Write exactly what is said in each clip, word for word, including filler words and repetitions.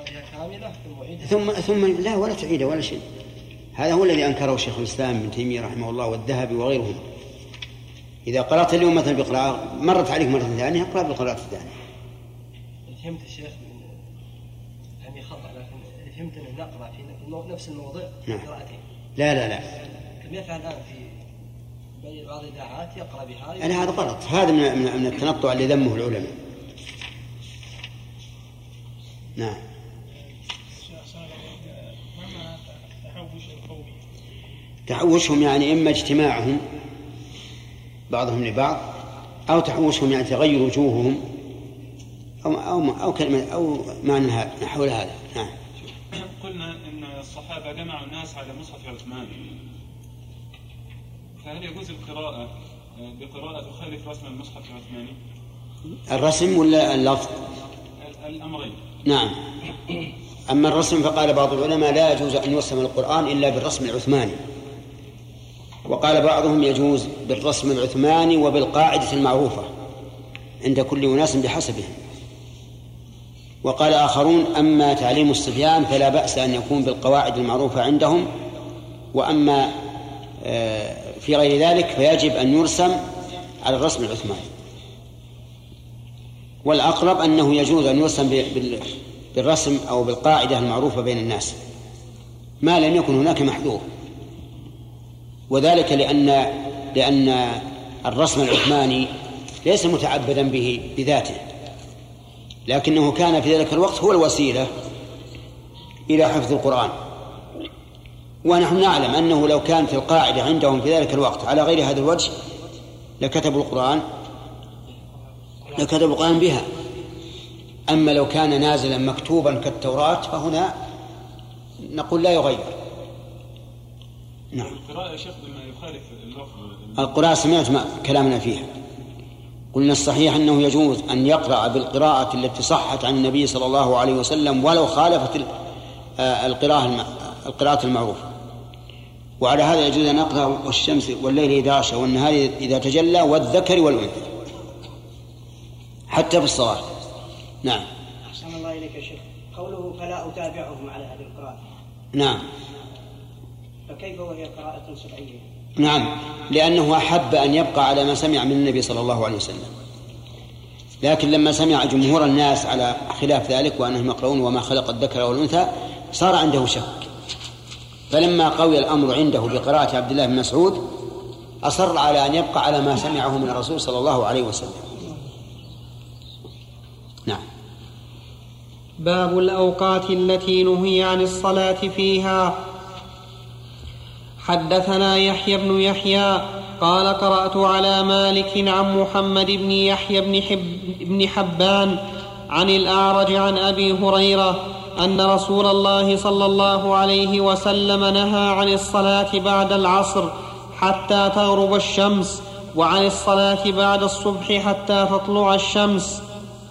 ثم ثم لا ولا تعيده ولا شيء. هذا هو الذي أنكره شيخ الإسلام ابن تيمية رحمه الله والذهبي وغيرهم. إذا قرأت اليوم مثلا بقراءة مرت عليك مرة ثانية اقرأ بالقراءة الثانية. فهمت الشيخ يعني خطأ، لكن فهمت أن نقرأ في نفس الموضوع قراءتين. لا لا لا. كم يفعل الآن في بعض الإذاعات يقرأ بهذا. يعني هذا غلط، هذا من من التنطع اللي ذمه العلماء. نعم. تحوشهم يعني إما اجتماعهم بعضهم لبعض أو تحوشهم يعني تغير وجوههم أو أو أو كلمة أو معنى حول هذا. نعم. قلنا إن الصحابة جمعوا الناس على مصحف عثمان، فهل يجوز القراءة بقراءة تخالف رسم المصحف العثماني؟ الرسم ولا اللفظ؟ الأمرين. نعم. أما الرسم فقال بعض العلماء لا يجوز أن يرسم القرآن إلا بالرسم العثماني، وقال بعضهم يجوز بالرسم العثماني وبالقاعدة المعروفة عند كل أناس بحسبه. وقال آخرون أما تعليم الصبيان فلا بأس أن يكون بالقواعد المعروفة عندهم، وأما في غير ذلك فيجب أن يرسم على الرسم العثماني. والأقرب أنه يجوز أن يرسم بالرسم أو بالقاعدة المعروفة بين الناس ما لم يكن هناك محذور، وذلك لأن لأن الرسم العثماني ليس متعبدا به بذاته، لكنه كان في ذلك الوقت هو الوسيلة إلى حفظ القرآن. ونحن نعلم أنه لو كان في القاعدة عندهم في ذلك الوقت على غير هذا الوجه لكتبوا القرآن لكتبوا القرآن بها. أما لو كان نازلا مكتوبا كالتوراة فهنا نقول لا يغير. نعم. القراءة يا شيخ بما يخالف اللفظ. القراءة سمعت كلامنا فيها، قلنا الصحيح أنه يجوز أن يقرأ بالقراءة التي صحت عن النبي صلى الله عليه وسلم ولو خالفت القراءة القراءة المعروفة. وعلى هذا يجوز أن يقرأ والشمس والليل إذا عشى والنهار إذا تجلى والذكر والأنثى حتى في الصلاة. نعم. أحسن الله إليك يا شيخ. قوله فلا أتابعهم على هذه القراءة. نعم. فكيف وهي قراءة سبعية؟ نعم، لأنه أحب أن يبقى على ما سمع من النبي صلى الله عليه وسلم، لكن لما سمع جمهور الناس على خلاف ذلك وأنهم يقرؤون وما خلق الذكر والأنثى صار عنده شك، فلما قوي الأمر عنده بقراءة عبد الله بن مسعود أصر على أن يبقى على ما سمعه من الرسول صلى الله عليه وسلم. نعم. باب الأوقات التي نهي عن الصلاة فيها. حدثنا يحيى بن يحيى قال قرأت على مالك عن محمد بن يحيى بن, حب بن حبان عن الأعرج عن أبي هريرة أن رسول الله صلى الله عليه وسلم نهى عن الصلاة بعد العصر حتى تغرب الشمس، وعن الصلاة بعد الصبح حتى تطلع الشمس.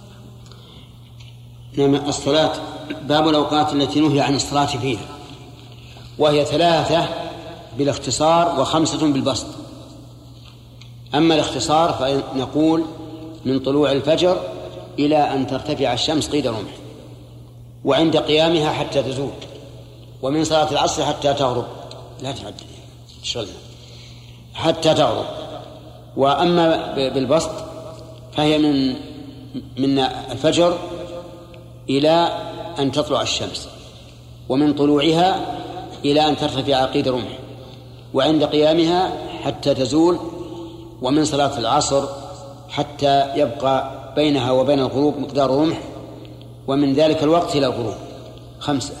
نعم. الصلاة باب الأوقات التي نهي عن الصلاة فيها، وهي ثلاثة بالاختصار وخمسة بالبسط. أما الاختصار فنقول من طلوع الفجر إلى أن ترتفع الشمس قيد رمح، وعند قيامها حتى تزول، ومن صلاة العصر حتى تغرب لا تعد شغلنا حتى تغرب. وأما بالبسط فهي من من الفجر إلى أن تطلع الشمس، ومن طلوعها إلى أن ترتفع قيد رمح، وعند قيامها حتى تزول، ومن صلاة العصر حتى يبقى بينها وبين الغروب مقدار رمح، ومن ذلك الوقت إلى الغروب. خمسة.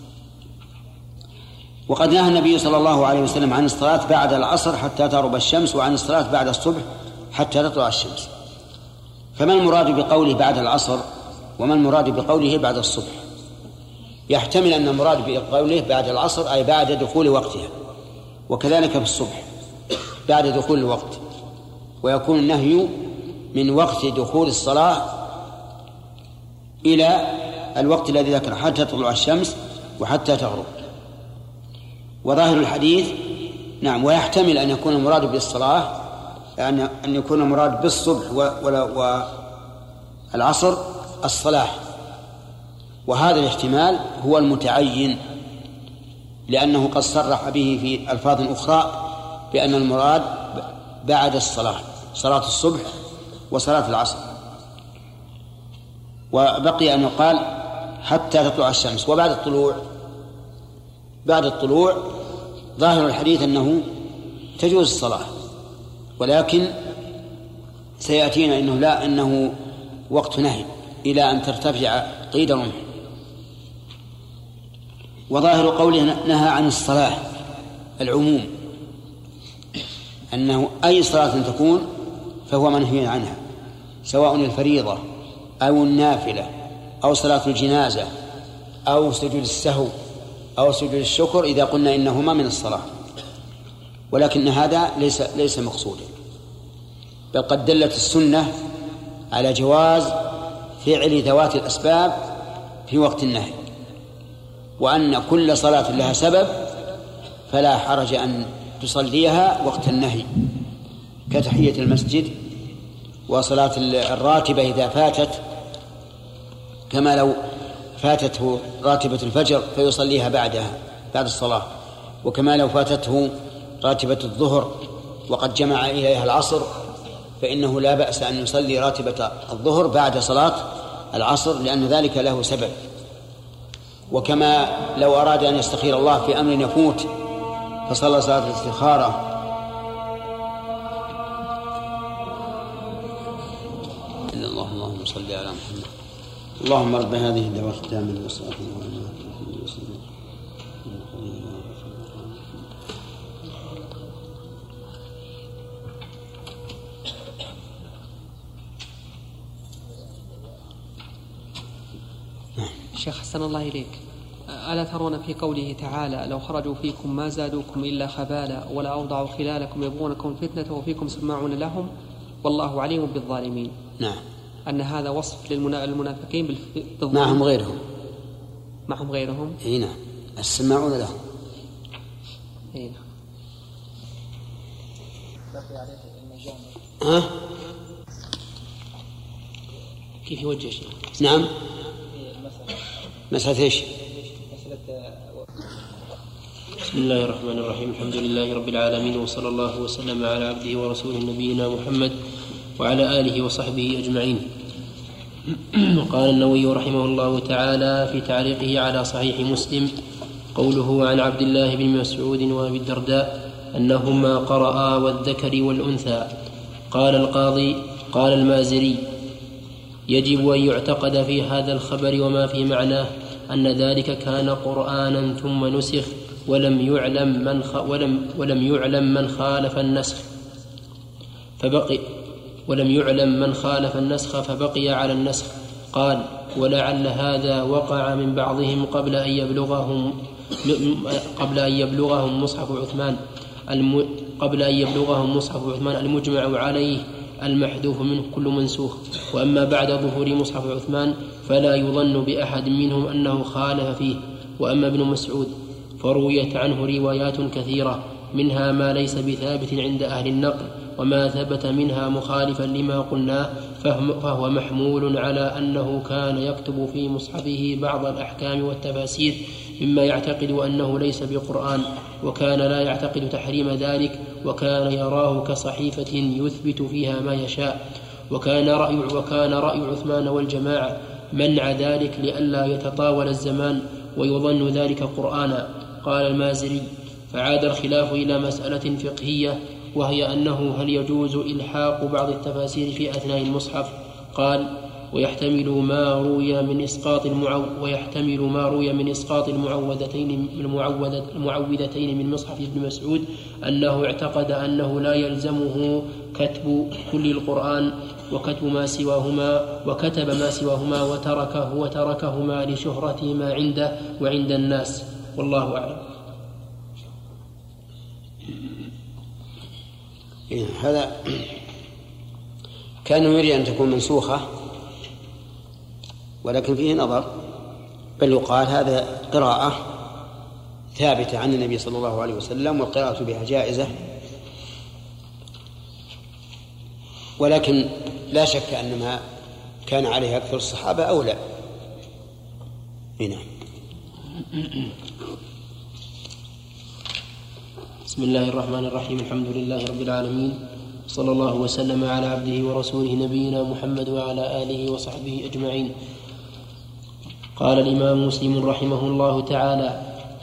وقد نهى النبي صلى الله عليه وسلم عن الصلاة بعد العصر حتى تغرب الشمس، وعن الصلاة بعد الصبح حتى تطلع الشمس. فما المراد بقوله بعد العصر وما المراد بقوله بعد الصبح؟ يحتمل أن المراد بقوله بعد العصر أي بعد دخول وقتها، وكذلك في الصبح بعد دخول الوقت، ويكون النهي من وقت دخول الصلاة إلى الوقت الذي ذكر حتى تطلع الشمس وحتى تغرب. وظاهر الحديث نعم. ويحتمل أن يكون المراد بالصلاة أن أن يكون المراد بالصبح والعصر الصلاة، وهذا الاحتمال هو المتعين، لأنه قد صرح به في ألفاظ أخرى بأن المراد بعد الصلاة، صلاة الصبح وصلاة العصر. وبقي أن يقال حتى تطلع الشمس. وبعد الطلوع، بعد الطلوع ظاهر الحديث أنه تجوز الصلاة، ولكن سيأتينا إنه لا، إنه وقت نهي إلى أن ترتفع قيد الرمح. وظاهر قوله نهى عن الصلاة العموم، أنه أي صلاة تكون فهو منهي عنها، سواء الفريضة أو النافلة أو صلاة الجنازة أو سجود السهو أو سجود الشكر، إذا قلنا إنهما من الصلاة. ولكن هذا ليس ليس مقصودا، بل قد دلت السنة على جواز فعل ذوات الأسباب في وقت النهي، وأن كل صلاة لها سبب فلا حرج أن تصليها وقت النهي، كتحية المسجد وصلاة الراتبة إذا فاتت، كما لو فاتته راتبة الفجر فيصليها بعدها بعد الصلاة، وكما لو فاتته راتبة الظهر وقد جمع إليها العصر فإنه لا بأس أن يصلي راتبة الظهر بعد صلاة العصر، لأن ذلك له سبب. وكما لو أراد أن يستخير الله في أمر يفوت فصلى صلاة الاستخارة إلا الله. اللهم صل على محمد. اللهم رب هذه الدعوة التامة والصلاة والسلام. شيخ حسن الله إليك، ألا ترون في قوله تعالى لو خرجوا فيكم ما زادوكم إلا خبالا ولا أوضعوا خلالكم يبغونكم فتنة وفيكم سماعون لهم والله عليم بالظالمين؟ نعم. أن هذا وصف للمنافقين بالظلم. معهم غيرهم. معهم غيرهم. إيه نعم، السماعون لهم. إيه نعم. ها؟ كيف يوجه شيء؟ نعم. مسألة إيش؟ بسم الله الرحمن الرحيم. الحمد لله رب العالمين، وصلى الله وسلم على عبده ورسوله نبينا محمد وعلى آله وصحبه أجمعين. قال النووي رحمه الله تعالى في تعليقه على صحيح مسلم: قوله عن عبد الله بن مسعود وأبي الدرداء أنهما قرأا والذكر والأنثى. قال القاضي قال المازري: يجب أن يعتقد في هذا الخبر وما في معناه أن ذلك كان قرآنا ثم نسخ ولم يعلم من خ... ولم ولم يعلم من خالف النسخ فبقي ولم يعلم من خالف النسخ فبقي على النسخ. قال: ولعل هذا وقع من بعضهم قبل أن يبلغهم قبل أن يبلغهم مصحف عثمان الم... قبل أن يبلغهم مصحف عثمان المجمع عليه المحذوف منه كل منسوخ. وأما بعد ظهور مصحف عثمان فلا يظن بأحد منهم أنه خالف فيه. وأما ابن مسعود فرويت عنه روايات كثيرة، منها ما ليس بثابت عند أهل النقل، وما ثبت منها مخالفا لما قلناه فهو محمول على أنه كان يكتب في مصحفه بعض الأحكام والتفاسير مما يعتقد أنه ليس بقرآن، وكان لا يعتقد تحريم ذلك، وكان يراه كصحيفة يثبت فيها ما يشاء. وكان رأي, وكان رأي عثمان والجماعة منع ذلك لئلا يتطاول الزمان ويظن ذلك قرآنا. قال المازري: فعاد الخلاف إلى مسألة فقهية، وهي أنه هل يجوز إلحاق بعض التفاسير في أثناء المصحف؟ قال: ويحتمل ما روي من إسقاط المعو ويحتمل ما روي من إسقاط المعوذتين المعوذتين من مصحف ابن مسعود أنه اعتقد أنه لا يلزمه كتب كل القرآن وكتب ما سواهما وكتب ما سواهما وتركه وتركهما لشهرة ما عنده وعند الناس، والله أعلم. هذا كان يريد أن تكون منسوخة، ولكن فيه نظر، بل يقال هذا قراءة ثابتة عن النبي صلى الله عليه وسلم والقراءة بها جائزة، ولكن لا شك أن ما كان عليه أكثر الصحابة أولى، هنا. بسم الله الرحمن الرحيم. الحمد لله رب العالمين، صلى الله وسلم على عبده ورسوله نبينا محمد وعلى آله وصحبه أجمعين. قال الإمام مسلم رحمه الله تعالى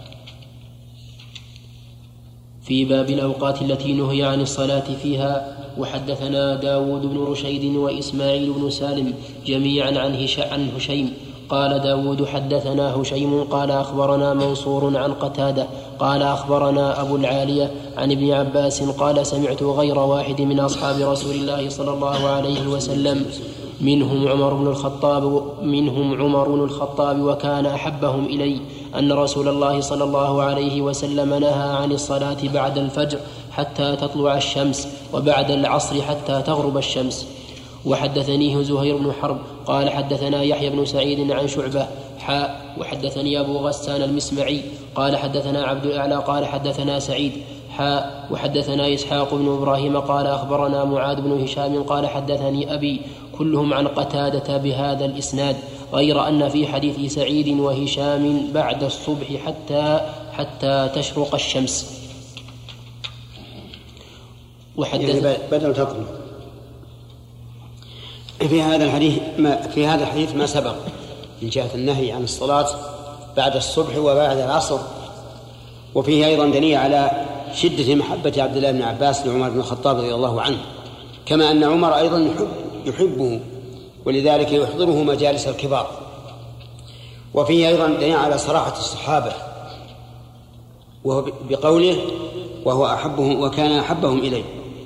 في باب الأوقات التي نهي عن الصلاة فيها: وحدثنا داود بن رشيد وإسماعيل بن سالم جميعا عن هشيم قال داود حدثنا هشيم قال أخبرنا منصور عن قتادة قال أخبرنا أبو العالية عن ابن عباس قال سمعت غير واحد من أصحاب رسول الله صلى الله عليه وسلم منهم عمر بن الخطاب منهم عمر بن الخطاب وكان أحبهم إلي أن رسول الله صلى الله عليه وسلم نهى عن الصلاة بعد الفجر حتى تطلع الشمس وبعد العصر حتى تغرب الشمس. وحدثنيه زهير بن حرب قال حدثنا يحيى بن سعيد عن شعبة حاء وحدثني أبو غسان المسمعي قال حدثنا عبد الأعلى قال حدثنا سعيد حاء وحدثنا إسحاق بن إبراهيم قال أخبرنا معاذ بن هشام قال حدثني أبي كلهم عن قتادة بهذا الإسناد غير أن في حديث سعيد وهشام بعد الصبح حتى حتى تشرق الشمس. وحدث يعني بدل تطلع. في هذا الحديث ما في هذا الحديث ما سبق من جهة النهي عن الصلاة بعد الصبح وبعد العصر، وفيه أيضا دليل على شدة محبة عبد الله بن عباس لعمر بن الخطاب رضي الله عنه، كما أن عمر أيضا يحب يحبه ولذلك يحضره مجالس الكبار. وفيه أيضا دليل على صراحة الصحابة وهو بقوله وهو أحبهم وكان أحبهم إليه.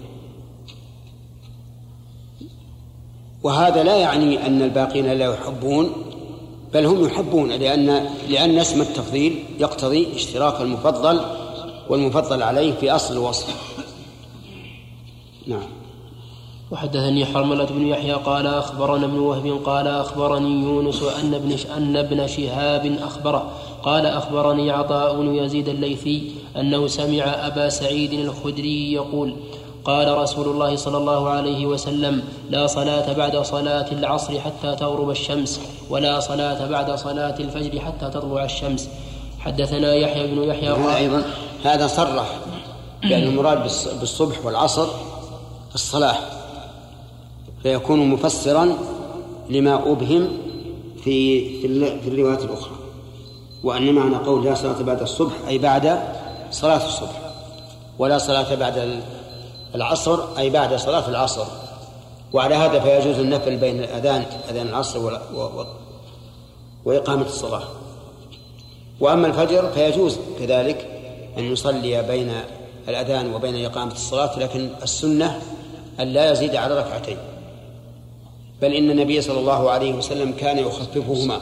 وهذا لا يعني أن الباقين لا يحبون، بل هم يحبون، لأن لأن اسم التفضيل يقتضي اشتراك المفضل والمفضل عليه في أصل الوصف. نعم. وحدثني حرملة بن يحيى قال أخبرنا ابن وهب قال أخبرني يونس أن ابن أن ابن شهاب أخبره قال أخبرني عطاء بن يزيد الليثي أنه سمع أبا سعيد الخدري يقول قال رسول الله صلى الله عليه وسلم: لا صلاة بعد صلاة العصر حتى تغرب الشمس، ولا صلاة بعد صلاة الفجر حتى تطلع الشمس. حدثنا يحيى بن يحيى هذا أيضا هذا صرح بأن المراد بالصبح والعصر الصلاة، فيكون مفسرا لما أبهم في في الروايات الأخرى، وأن معنى قول لا صلاة بعد الصبح أي بعد صلاة الصبح، ولا صلاة بعد العصر أي بعد صلاة العصر. وعلى هذا فيجوز النفل بين الأذان أذان العصر وإقامة الصلاة. وأما الفجر فيجوز كذلك أن يصلي بين الأذان وبين إقامة الصلاة، لكن السنة أن لا يزيد على ركعتين، بل إن النبي صلى الله عليه وسلم كان يخففهما.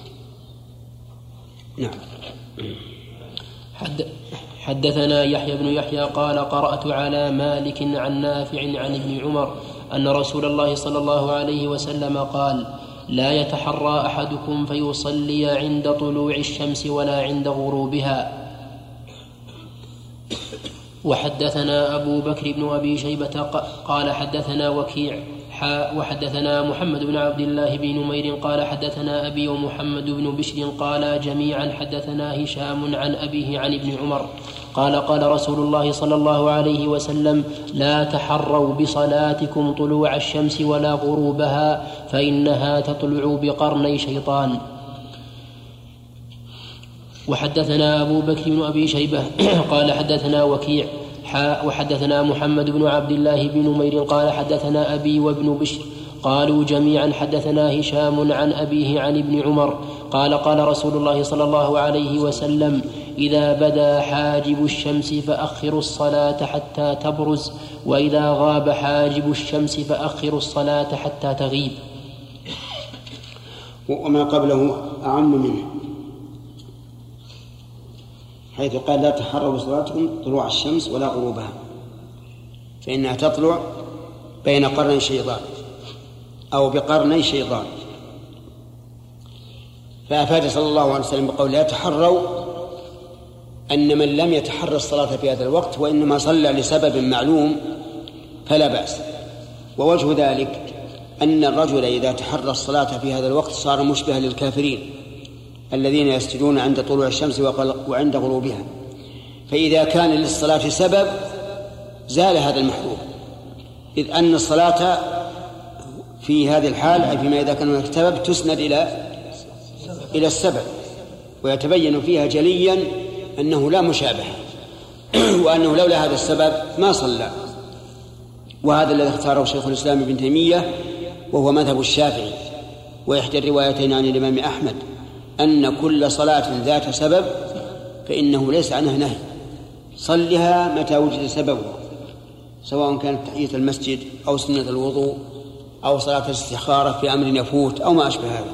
نعم. حد حدثنا يحيى بن يحيى قال قرأت على مالك عن نافع عن ابن عمر أن رسول الله صلى الله عليه وسلم قال: لا يتحرى أحدكم فيصلي عند طلوع الشمس ولا عند غروبها. وحدثنا أبو بكر بن أبي شيبة قال حدثنا وكيع وحدثنا محمد بن عبد الله بن نمير قال حدثنا أبي ومحمد بن بشر قال جميعا حدثنا هشام عن أبيه عن ابن عمر قال قال رسول الله صلى الله عليه وسلم: لا تحروا بصلاتكم طلوع الشمس ولا غروبها فإنها تطلع بقرني شيطان. وحدثنا أبو بكر بن أبي شيبة قال حدثنا وكيع وحدثنا محمد بن عبد الله بن نمير قال حدثنا أبي وابن بشر قالوا جميعا حدثنا هشام عن أبيه عن ابن عمر قال قال رسول الله صلى الله عليه وسلم: إذا بدا حاجب الشمس فأخروا الصلاة حتى تبرز، وإذا غاب حاجب الشمس فأخروا الصلاة حتى تغيب. وما قبله أعم منه، حيث قال: لا تحروا بصلاتكم طلوع الشمس ولا غروبها فإنها تطلع بين قرني شيطان أو بقرني شيطان. فأفاد صلى الله عليه وسلم بقول لا تحروا أن من لم يتحرى الصلاة في هذا الوقت وإنما صلى لسبب معلوم فلا بأس. ووجه ذلك أن الرجل إذا تحرى الصلاة في هذا الوقت صار مشبها للكافرين، الذين يسجدون عند طلوع الشمس وعند غروبها. فإذا كان للصلاة سبب زال هذا المحذور، إذ أن الصلاة في هذه الحال أي فيما إذا كان هناك سبب تسند إلى إلى السبب، ويتبين فيها جليا أنه لا مشابهة وأنه لولا هذا السبب ما صلى. وهذا الذي اختاره شيخ الإسلام ابن تيمية وهو مذهب الشافعي، وإحدى الروايتين عن الإمام أحمد أن كل صلاة ذات سبب فإنه ليس عنها نهي، صلها متى وجد سببها، سواء كانت تحية المسجد أو سنة الوضوء أو صلاة الاستخارة في أمر يفوت أو ما أشبه هذا.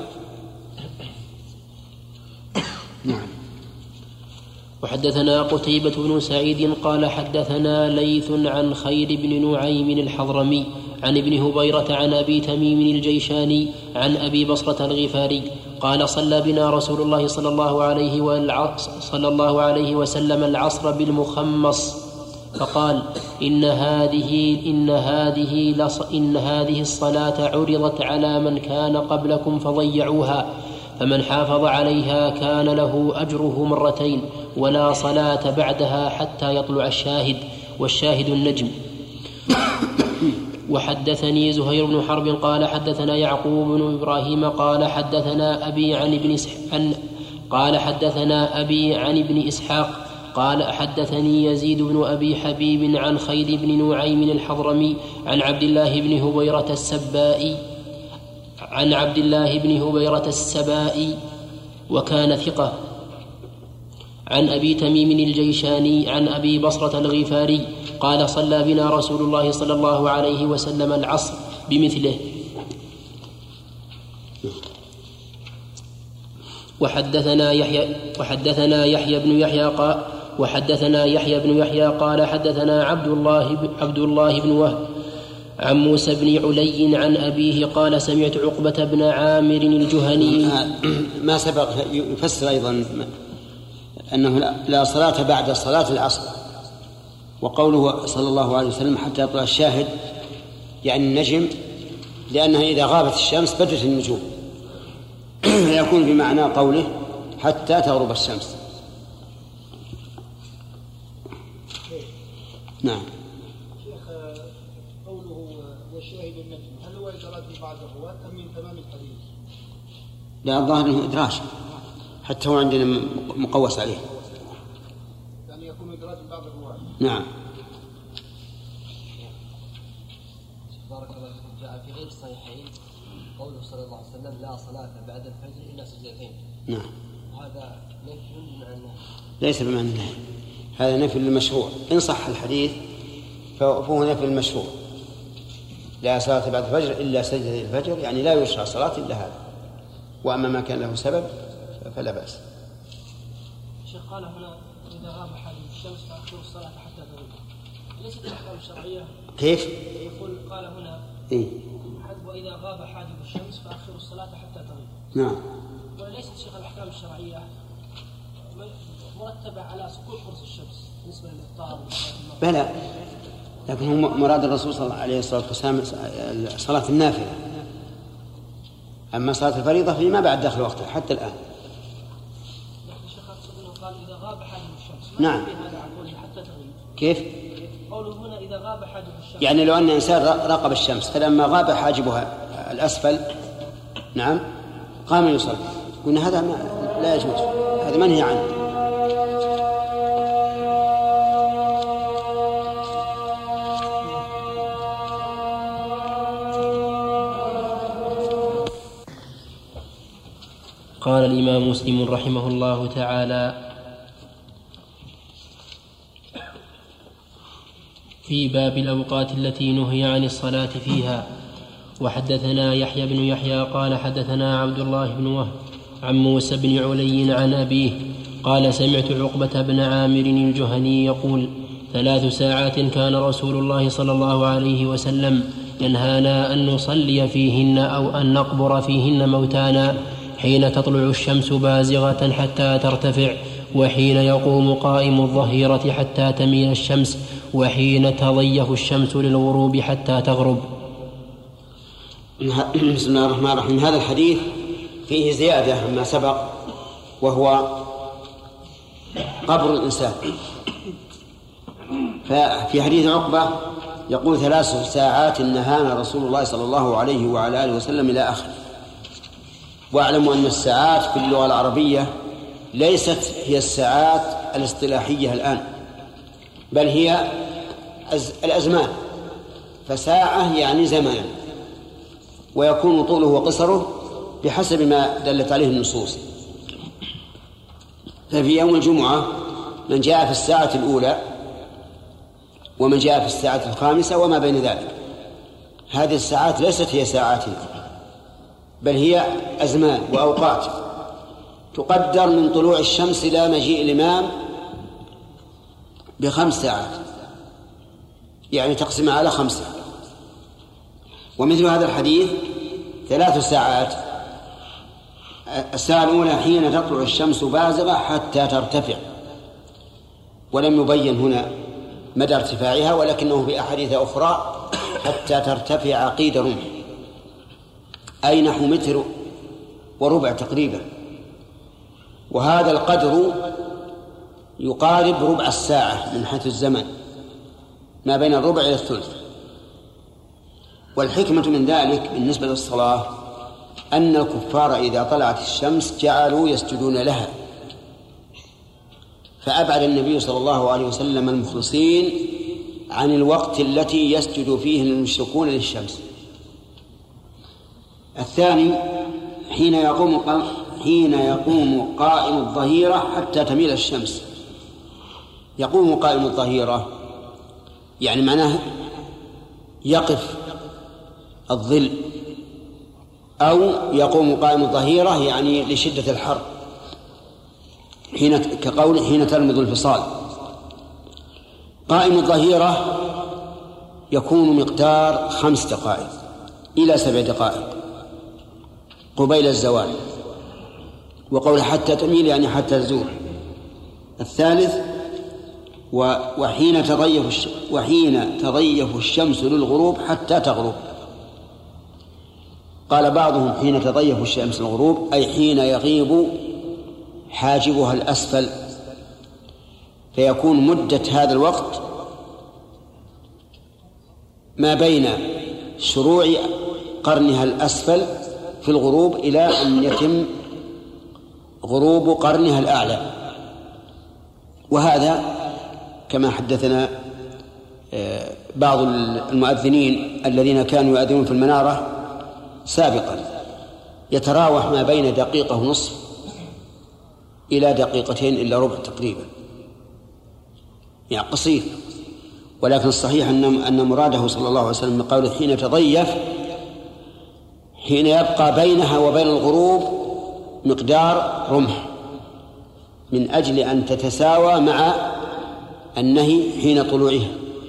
نعم. وحدثنا قتيبة بن سعيد قال حدثنا ليث عن خير بن نعيم الحضرمي عن ابن هبيرة عن أبي تميم الجيشاني عن أبي بصرة الغفاري قال صلى بنا رسول الله صلى الله عليه, صلى الله عليه وسلم العصر بالمخمص فقال إن هذه, إن, هذه لص إن هذه الصلاة عرضت على من كان قبلكم فضيعوها، فمن حافظ عليها كان له أجره مرتين ولا صلاة بعدها حتى يطلع الشاهد، والشاهد النجم. وحدثني زهير بن حرب قال حدثنا يعقوب بن إبراهيم قال حدثنا أبي عن ابن عن قال حدثنا أبي عن ابن إسحاق قال حدثني يزيد بن أبي حبيب عن خير بن نعيم الحضرمي عن عبد الله بن هبيرة السبائي عن عبد الله بن هبيرة السبائي وكان ثقة عن أبي تميم الجيشاني عن أبي بصرة الغفاري قال صلى بنا رسول الله صلى الله عليه وسلم العصر بمثله. وحدثنا يحيى وحدثنا يحيى بن يحيى قال وحدثنا يحيى بن يحيى قال حدثنا عبد الله عبد الله بن وهب عن موسى بن علي عن أبيه قال سمعت عقبة بن عامر الجهني. ما سبق يفسر أيضا أنه لا صلاة بعد صلاة العصر، وقوله صلى الله عليه وسلم حتى يطلع الشاهد يعني النجم، لأنها إذا غابت الشمس بدت النجوم، يكون بمعنى قوله حتى تغرب الشمس. نعم. شيخ قوله والشاهد النجم هل هو إدراج بعض الرواة أم من تمام الحديث؟ لا، الظاهر أنه إدراج، حتى هو عندنا مقوس عليه، يعني يكون إدراج بعض الرواة. نعم. بارك الله فيكم. جاء في غير الصحيحين قوله صلى الله عليه وسلم لا صلاة بعد الفجر إلا سجدتين. نعم. وهذا نفي بمعنى النهي. ليس بمعنى النهي، هذا نفي للمشروع. إن صح الحديث فهو نفي المشروع، لا صلاة بعد الفجر إلا سجدة الفجر، يعني لا يشرع صلاة إلا هذا. وأما ما كان له سبب فلا بأس. شيخ قال هنا إذا غاب حاجب الشمس فأخر الصلاة حتى تغيب، ليست الأحكام الشرعية كيف؟ يقول قال هنا إيه؟ وإذا غاب حاجب الشمس فأخر الصلاة حتى تغيب. نعم. وليست شيخ الأحكام الشرعية مرتبة على سقوط قرص الشمس بالنسبة للإفطار. بلى، لكن هو مراد الرسول صلى الله عليه وسلم صلاة النافلة، أما صلاة الفريضة فيما بعد داخل وقتها حتى الآن. قال إذا غاب حاجب الشمس. نعم. حتى تغيب. كيف؟ قوله هنا إذا غاب حاجب الشمس. يعني لو أن إنسان راقب الشمس فلما غاب حاجبها الأسفل نعم قام يصلي، قلنا هذا لا يجوز، هذا منهي عنه. قال الإمام مسلم رحمه الله تعالى في باب الأوقات التي نهي عن الصلاة فيها. وحدثنا يحيى بن يحيى قال حدثنا عبد الله بن وهب عن موسى بن علي عن أبيه قال سمعت عقبة بن عامر الجهني يقول ثلاث ساعات كان رسول الله صلى الله عليه وسلم ينهانا أن نصلي فيهن أو أن نقبر فيهن موتانا، حين تطلع الشمس بازغة حتى ترتفع، وحين يقوم قائم الظهيرة حتى تميل الشمس، وحين تضيه الشمس للغروب حتى تغرب. بسم الله الرحمن الرحيم. هذا الحديث فيه زيادة عما سبق، وهو قبر الإنسان. ففي حديث عقبة يقول ثلاث ساعات نهانا رسول الله صلى الله عليه وعلى آله وسلم إلى آخره. واعلموا أن الساعات في اللغة العربية ليست هي الساعات الاصطلاحية الآن، بل هي الأزمان. فساعة يعني زمان، ويكون طوله وقصره بحسب ما دلت عليه النصوص. ففي يوم الجمعة من جاء في الساعة الأولى، ومن جاء في الساعة الخامسة، وما بين ذلك. هذه الساعات ليست هي ساعاتنا، بل هي أزمان وأوقات تقدر من طلوع الشمس إلى مجيء الإمام بخمس ساعات، يعني تقسم على خمسة. ومثل هذا الحديث ثلاث ساعات: الساعة الأولى حين تطلع الشمس بازغة حتى ترتفع، ولم يبين هنا مدى ارتفاعها، ولكنه في أحاديث أخرى حتى ترتفع قيد رمح، أي نحو متر وربع تقريبا. وهذا القدر يقارب ربع الساعة من حيث الزمن، ما بين الربع إلى الثلث. والحكمة من ذلك بالنسبة للصلاة أن الكفار إذا طلعت الشمس جعلوا يسجدون لها، فأبعد النبي صلى الله عليه وسلم المخلصين عن الوقت التي يسجد فيه المشركون للشمس. الثاني حين يقوم حين يقوم قائم الظهيرة حتى تميل الشمس. يقوم قائم الظهيرة يعني معناه يقف الظل، أو يقوم قائم الظهيرة يعني لشدة الحر، حين كقول حين تلمذ الفصال. قائم الظهيرة يكون مقدار خمس دقائق إلى سبع دقائق قبيل الزوال، وقول حتى تميل يعني حتى تزول. الثالث وحين تضيف وحين تضيف الشمس للغروب حتى تغرب. قال بعضهم حين تضيف الشمس للغروب أي حين يغيب حاجبها الأسفل، فيكون مدة هذا الوقت ما بين شروع قرنها الأسفل في الغروب إلى أن يتم غروب قرنها الأعلى. وهذا كما حدثنا بعض المؤذنين الذين كانوا يؤذنون في المنارة سابقا يتراوح ما بين دقيقة ونصف إلى دقيقتين إلا ربع تقريبا، يعني قصير. ولكن الصحيح أن أن مراده صلى الله عليه وسلم قوله حين تضيف حين يبقى بينها وبين الغروب مقدار رمح، من أجل أن تتساوى مع النهي حين طلوعها،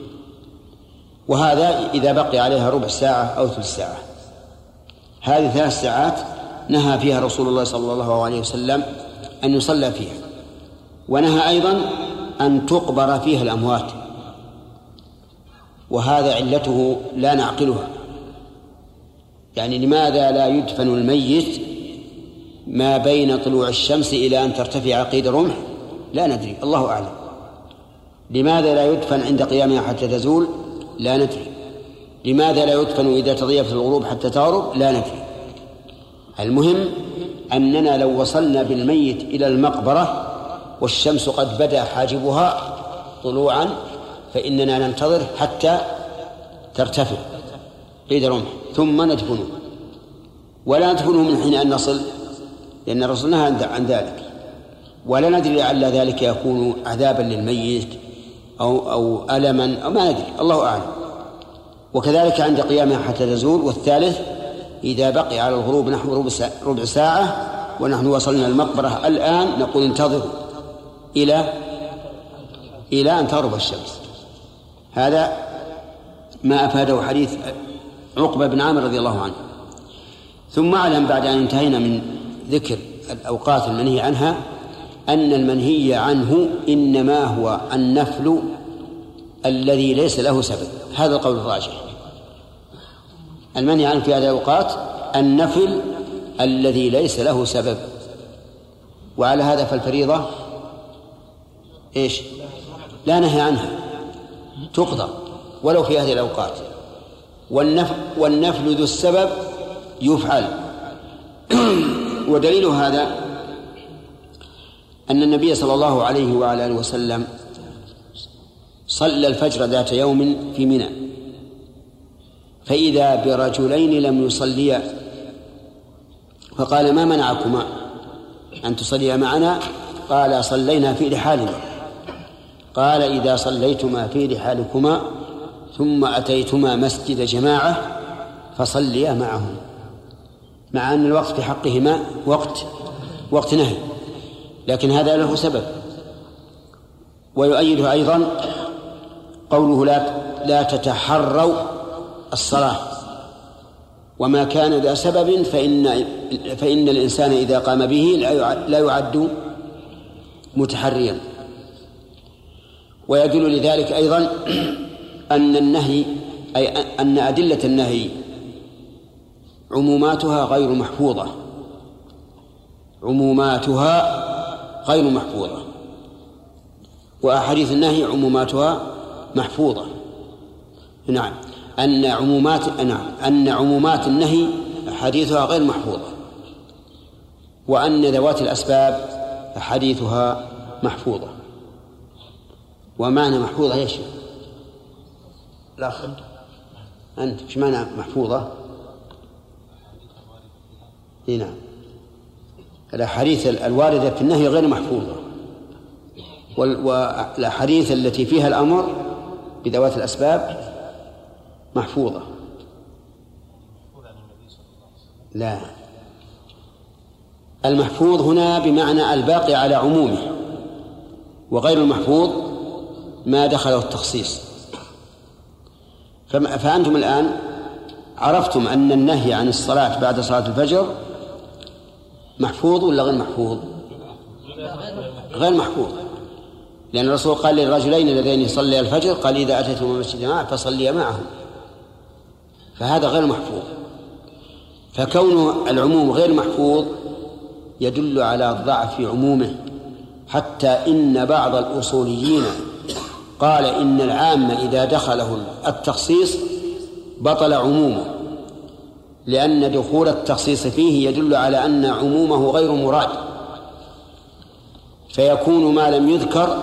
وهذا إذا بقي عليها ربع ساعة أو ثلث ساعة. هذه ثلاث ساعات نهى فيها رسول الله صلى الله عليه وسلم أن يصلى فيها، ونهى أيضا أن تقبر فيها الأموات، وهذا علته لا نعقلها. يعني لماذا لا يدفن الميت ما بين طلوع الشمس إلى أن ترتفع قيد رمح؟ لا ندري، الله أعلم. لماذا لا يدفن عند قيامها حتى تزول؟ لا ندري. لماذا لا يدفن إذا تضيفت الغروب حتى تغرب؟ لا ندري. المهم أننا لو وصلنا بالميت إلى المقبرة والشمس قد بدأ حاجبها طلوعا فإننا ننتظر حتى ترتفع قيد رمح ثم ندفنه، ولا ندفنه من حين أن نصل، لأن الرسول نهى عن ذلك. ولا ندري لعل ذلك يكون عذابا للميت أو, أو ألما أو ما ندري، الله أعلم. وكذلك عند قيامها حتى تزول. والثالث إذا بقي على الغروب نحو ربع ساعة ونحن وصلنا المقبرة الآن نقول انتظروا إلى إلى أن تغرب الشمس. هذا ما أفاده حديث عقبة بن عامر رضي الله عنه. ثم أعلم بعد أن انتهينا من ذكر الأوقات المنهي عنها أن المنهي عنه إنما هو النفل الذي ليس له سبب. هذا القول الراجح. المنهي عنه في هذه الأوقات النفل الذي ليس له سبب، وعلى هذا فالفريضة إيش؟ لا نهي عنها، تقضى ولو في هذه الأوقات. والنفل, والنفل ذو السبب يفعل. ودليل هذا أن النبي صلى الله عليه وعلى آله وسلم صلى الفجر ذات يوم في منى، فإذا برجلين لم يصليا، فقال: ما منعكما أن تصليا معنا؟ قال: صلينا في رحالنا. قال: إذا صليتما في رحالكما ثم أتيتما مسجد جماعة فصليا معهم، مع أن الوقت في حقهما وقت وقت نهي، لكن هذا له سبب. ويؤيده أيضا قوله: لا لا تتحروا الصلاة، وما كان ذا سبب فإن فإن الإنسان إذا قام به لا يعد متحريا. ويدل لذلك أيضا أن النهي أي أن أدلة النهي عموماتها غير محفوظة، عموماتها غير محفوظة، وأحاديث النهي عموماتها محفوظة. نعم، أن عمومات نعم أن عمومات النهي حديثها غير محفوظة، وأن ذوات الأسباب حديثها محفوظة. ومعنى محفوظة ايش؟ لا أنت أنت ايش معنى محفوظة؟ نعم، الأحاديث الواردة في النهي غير محفوظة، والأحاديث التي فيها الأمر بذوات الأسباب محفوظة. لا، المحفوظ هنا بمعنى الباقي على عمومه، وغير المحفوظ ما دخله التخصيص. فأنتم الآن عرفتم أن النهي عن الصلاة بعد صلاة الفجر محفوظ ولا غير محفوظ؟ غير محفوظ، لأن الرسول قال للرجلين اللذين يصلي الفجر قال: إذا أتيتم المسجد معه فصلي معهم، فهذا غير محفوظ. فكون العموم غير محفوظ يدل على ضعف عمومه، حتى إن بعض الأصوليين قال إن العام إذا دخله التخصيص بطل عمومه، لأن دخول التخصيص فيه يدل على أن عمومه غير مراد، فيكون ما لم يذكر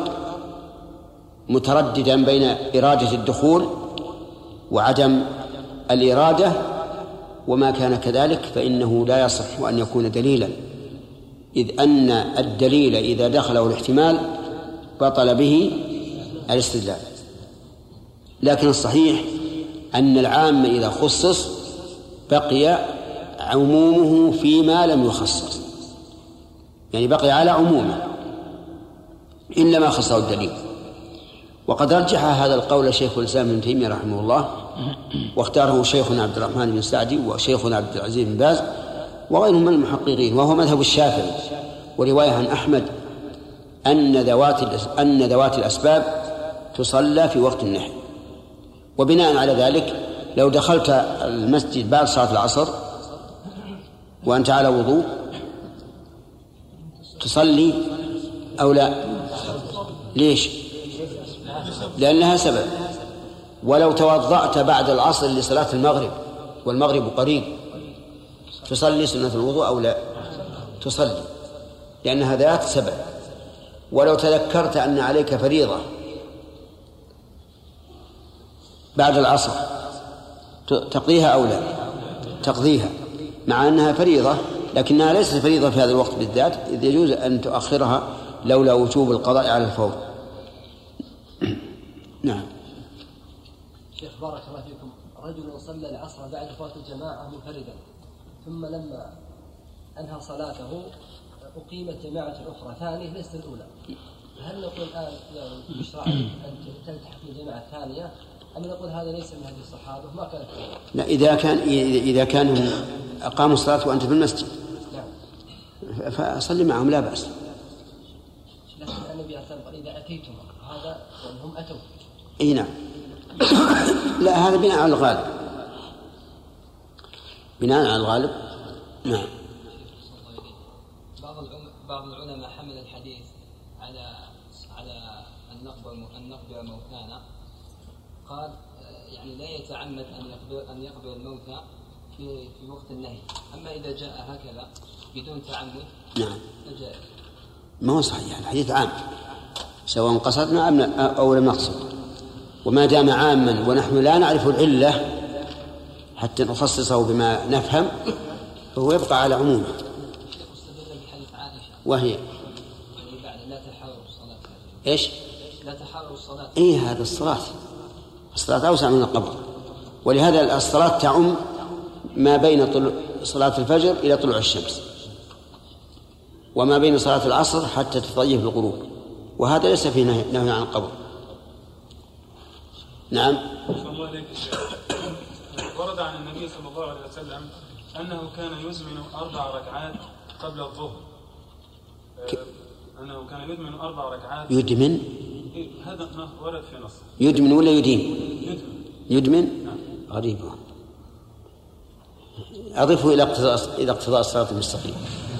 مترددا بين إرادة الدخول وعدم الإرادة، وما كان كذلك فإنه لا يصح أن يكون دليلا، إذ أن الدليل إذا دخله الاحتمال بطل به الاستدلال. لكن الصحيح أن العام إذا خصص بقي عمومه فيما لم يخصص، يعني بقي على عمومه إلا ما خصه الدليل. وقد رجح هذا القول شيخ الإسلام ابن تيمية رحمه الله، واختاره شيخنا عبد الرحمن بن سعدي وشيخنا عبد العزيز بن باز وغيرهم من المحققين، وهو مذهب الشافعي، ورواية عن أحمد أن ذوات أن ذوات الأسباب تصلى في وقت النهي. وبناء على ذلك لو دخلت المسجد بعد صلاة العصر وأنت على وضوء تصلي أو لا؟ ليش؟ لأنها سبب. ولو توضأت بعد العصر لصلاة المغرب والمغرب قريب تصلي سنة الوضوء أو لا؟ تصلي، لأنها ذات سبب. ولو تذكرت أن عليك فريضة بعد العصر تقضيها أو لا؟ تقضيها، مع أنها فريضة لكنها ليست فريضة في هذا الوقت بالذات، إذ يجوز أن تؤخرها لولا وجوب القضاء على الفور. نعم. شيخ بارك الله فيكم، رجل صلى العصر بعد فوات الجماعة منفردا، ثم لما أنهى صلاته أقيمت جماعة أخرى ثانية ليست الأولى، هل نقول الآن يعني يشرع أن تلتحق بالجماعة الثانية، أم نقول هذا ليس من هدي الصحابة ما كانت؟ لا، إذا كان إذا كانوا أقاموا الصلاة وأنت في المسجد نعم فصلي معهم لا بأس. لكن النبي صلى الله عليه وسلم قال: إذا أتيتم هذا يعني هم أتوا. إيه نعم. لا، هذا بناء على الغالب، بناء على الغالب. نعم. بعض العلماء بعض العلماء حمل الحديث على على النقب النقب موتانا، قال يعني لا يتعمد أن يقبل أن يقبل الموتى في في وقت النهي، أما إذا جاء هكذا بدون تعمد نعم فجائز. ما هو صحيح، الحديث عام سواء قصدنا أو لم نقصد، وما دام عاما ونحن لا نعرف العلة حتى نخصصه بما نفهم فهو يبقى على عمومه. وهي لا تحاول الصلاة. إيش؟ لا تحاول الصلاة. إيه هذا الصلاة، الصلاة أوسع من القبر، ولهذا الصلاة تعم ما بين صلاة الفجر إلى طلوع الشمس، وما بين صلاة العصر حتى تضيف الغروب، وهذا ليس فيه نهي عن القبر. نعم. الله عليك. ورد عن النبي صلى الله عليه وسلم أنه كان يزمن أربع ركعات قبل الظهر. أنه كان يدمن أربع ركعات. يدمن؟ هذا ورد في نص. يدمن ولا يدين؟ يدمن. يدمن؟ نعم. غريب. أضيفه إلى اقتضاء إلى اقتضاء الصراط المستقيم.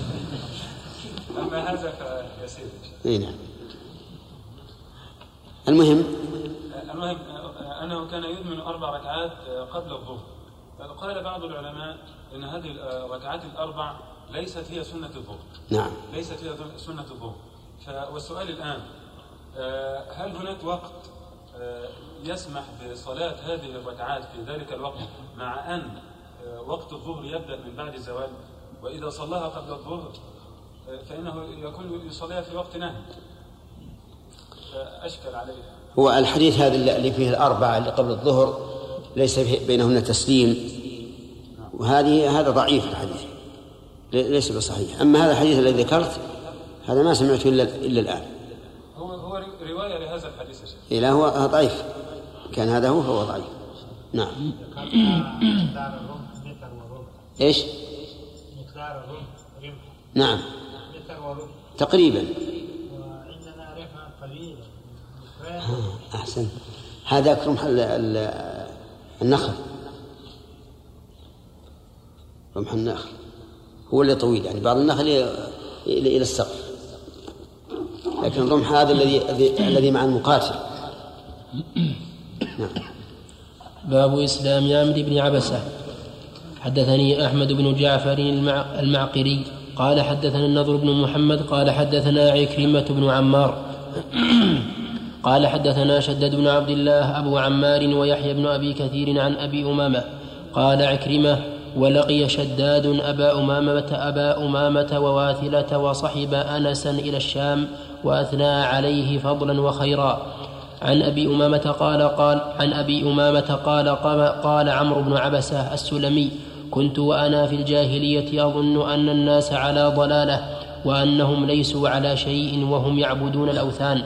أما هذا فيسير. إيه نعم. المهم. المهم أنه كان يدمن أربع ركعات قبل الظهر. قال بعض العلماء أن هذه الركعات الأربع ليست هي سنة الظهر. نعم. ليست هي سنة الظهر. والسؤال الآن هل هناك وقت يسمح بصلاة هذه الركعات في ذلك الوقت مع أن وقت الظهر يبدأ من بعد الزوال، وإذا صلاها قبل الظهر فإنه يكون يصليها في وقت نهي؟ أشكل عليه. هو الحديث هذا اللي فيه الأربعة اللي قبل الظهر ليس بينهن تسليم، وهذه هذا ضعيف الحديث ليس بصحيح. أما هذا الحديث الذي ذكرت هذا ما سمعته إلا إلا الآن. هو هو رواية لهذا الحديث يا شيخ. إيه هو ضعيف، كان هذا هو هو ضعيف. نعم. إيش؟ نعم. تقريبا. أحسن. هذا أكرم حل النخل، رمح النخل هو اللي طويل، يعني بعض النخل إلى السقف، لكن الرمح هذا الذي الذي مع المقاتل. نعم. باب إسلام عمرو بن عبسة. حدثني أحمد بن جعفر المعقري قال حدثنا النضر بن محمد قال حدثنا عكرمة بن عمار قال حدثنا شداد بن عبد الله أبو عمار ويحيى بن أبي كثير عن أبي أمامة قال عكرمة ولقي شداد أبا أمامة أبا أمامة وواثلة وصحب أنسا إلى الشام وأثنى عليه فضلا وخيرا. عن أبي أمامة قال قال عن أبي أمامة قال قال عمرو بن عبسة السلمي كنت وأنا في الجاهلية أظن أن الناس على ضلالة وأنهم ليسوا على شيء وهم يعبدون الأوثان،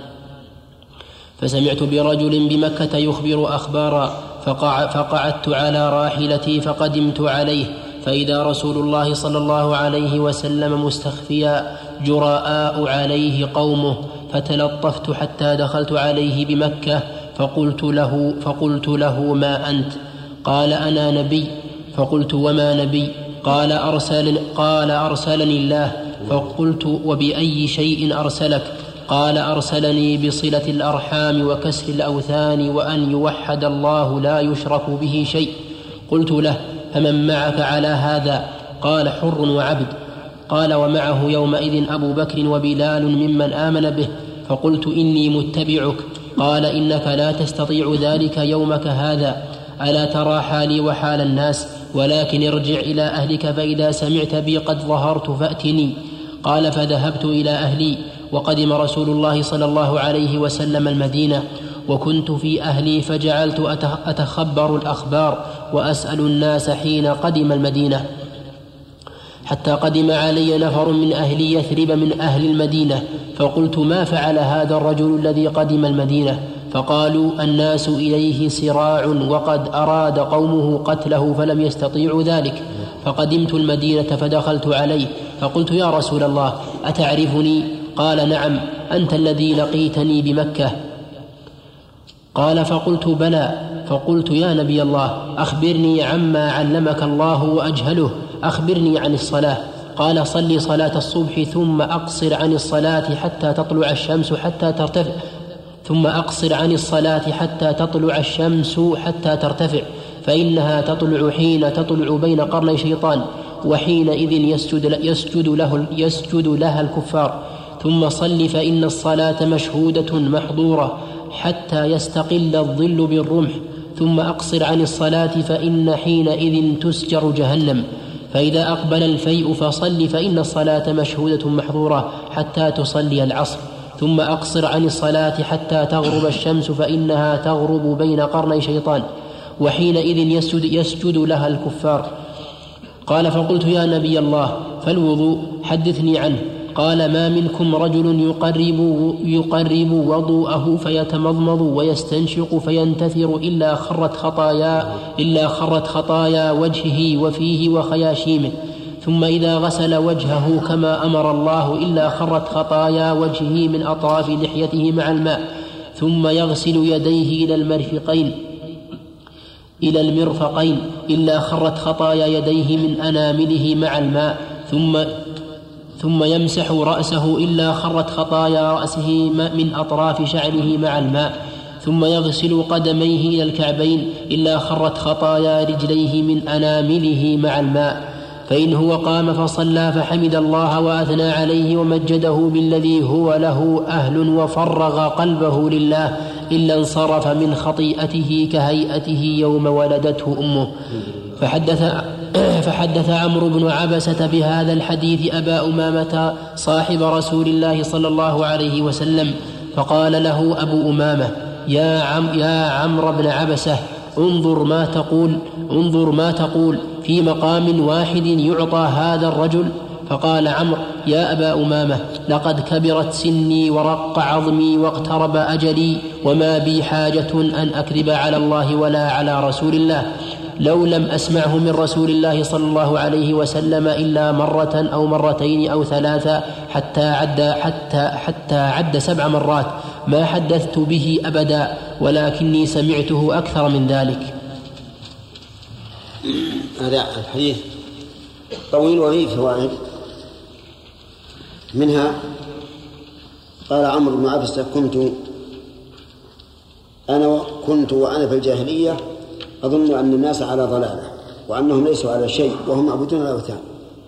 فسمعت برجل بمكة يخبر أخبارا فقع فقعدت على راحلتي فقدمت عليه فإذا رسول الله صلى الله عليه وسلم مستخفيا جراء عليه قومه، فتلطفت حتى دخلت عليه بمكة فقلت له, فقلت له ما أنت؟ قال أنا نبي. فقلت وما نبي؟ قال, أرسل قال أرسلني الله. فقلت وبأي شيء أرسلك؟ قال أرسلني بصلة الأرحام وكسر الأوثان وأن يوحد الله لا يشرك به شيء. قلت له فمن معك على هذا؟ قال حر وعبد. قال ومعه يومئذ أبو بكر وبلال ممن آمن به. فقلت إني متبعك. قال إنك لا تستطيع ذلك يومك هذا، ألا ترى حالي وحال الناس؟ ولكن ارجع إلى أهلك فإذا سمعت بي قد ظهرت فأتني. قال فذهبت إلى أهلي وقدم رسول الله صلى الله عليه وسلم المدينة وكنت في أهلي فجعلت أتخبر الأخبار وأسأل الناس حين قدم المدينة، حتى قدم علي نفر من أهل يثرب من أهل المدينة فقلت ما فعل هذا الرجل الذي قدم المدينة؟ فقالوا الناس إليه سراع وقد أراد قومه قتله فلم يستطيعوا ذلك. فقدمت المدينة فدخلت عليه فقلت يا رسول الله أتعرفني؟ قال نعم أنت الذي لقيتني بمكة. قال فقلت بلى. فقلت يا نبي الله أخبرني عما علمك الله وأجهله، أخبرني عن الصلاة. قال صلي صلاة الصبح ثم أقصر عن الصلاة حتى تطلع الشمس حتى ترتفع ثم أقصر عن الصلاة حتى تطلع الشمس حتى ترتفع فإنها تطلع حين تطلع بين قرني شيطان وحينئذ يسجد, يسجد, له يسجد لها الكفار. ثم صل فإن الصلاة مشهودة محظورة حتى يستقل الظل بالرمح. ثم أقصر عن الصلاة فإن حينئذ تسجر جهنم. فإذا أقبل الفيء فصل فإن الصلاة مشهودة محظورة حتى تصلي العصر. ثم أقصر عن الصلاة حتى تغرب الشمس فإنها تغرب بين قرني شيطان وحينئذ يسجد, يسجد لها الكفار. قال فقلت يا نبي الله فالوضوء حدثني عنه. قال ما منكم رجل يقرب, يقرب وضوءه فيتمضمض ويستنشق فينتثر إلا خرت خطايا, إلا خرت خطايا وجهه وفيه وخياشيمه. ثم إذا غسل وجهه كما أمر الله إلا خرت خطايا وجهه من أطراف لحيته مع الماء. ثم يغسل يديه إلى المرفقين إلى المرفقين إلا خرت خطايا يديه من أنامله مع الماء. ثم ثم يمسح رأسه إلا خرت خطايا رأسه من أطراف شعره مع الماء. ثم يغسل قدميه إلى الكعبين إلا خرت خطايا رجليه من أنامله مع الماء. فإن هو قام فصلى فحمد الله وأثنى عليه ومجده بالذي هو له أهل وفرغ قلبه لله إلا انصرف من خطيئته كهيئته يوم ولدته أمه. فحدث, فحدث عمرو بن عبسة بهذا الحديث أبا أمامة صاحب رسول الله صلى الله عليه وسلم. فقال له أبو أمامة يا, عم يا عمرو بن عبسة انظر ما تقول انظر ما تقول في مقام واحد يعطى هذا الرجل. فقال عمرو يا أبا أمامة لقد كبرت سني ورق عظمي واقترب أجلي وما بي حاجة أن أكذب على الله ولا على رسول الله. لو لم أسمعه من رسول الله صلى الله عليه وسلم إلا مرة أو مرتين أو ثلاثة حتى عد, حتى, حتى عد سبع مرات ما حدثت به أبدا ولكني سمعته أكثر من ذلك. هذا الحديث طويل وفيه فوائد. منها قال عمرو بن عبسة كنت أنا كنت وأنا في الجاهلية أظن أن الناس على ضلالة وأنهم ليسوا على شيء وهم يعبدون الأوثان.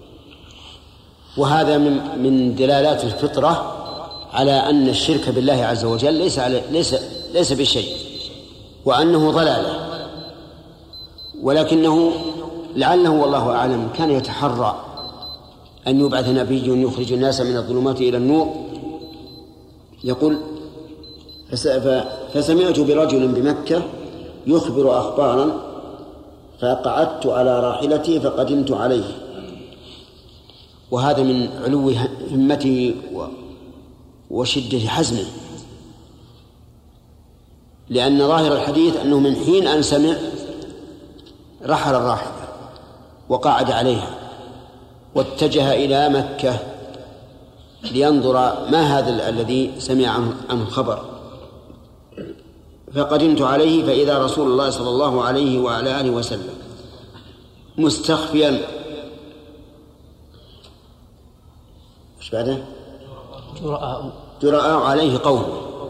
وهذا من من دلالات الفطرة على أن الشرك بالله عز وجل ليس على ليس ليس بشيء وأنه ضلالة. ولكنه لعله والله أعلم كان يتحرى أن يبعث نبي يخرج الناس من الظلمات إلى النور. يقول فسمعت برجل بمكة يخبر أخبارا فقعدت على راحلتي فقدمت عليه. وهذا من علو همته وشدة حزمه، لأن ظاهر الحديث أنه من حين أن سمع رحل الراحلة وقعد عليها واتجه إلى مكة لينظر ما هذا الذي سمع عنه الخبر. فقدمت عليه فإذا رسول الله صلى الله عليه وعلى آله وسلم مستخفيا ايش بعده جرآء جرآء عليه قوم.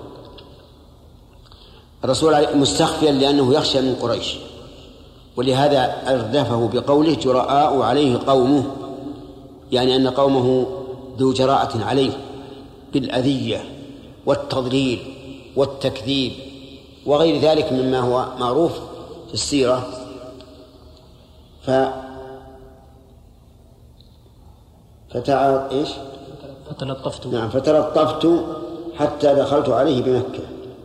الرسول مستخفيا لأنه يخشى من قريش، ولهذا أردفه بقوله جرآء عليه قومه، يعني أن قومه ذو جراءة عليه بالأذية والتضليل والتكذيب وغير ذلك مما هو معروف في السيرة. ف فتعال إيش فتلطفت نعم فتلطفت حتى دخلت عليه بمكة.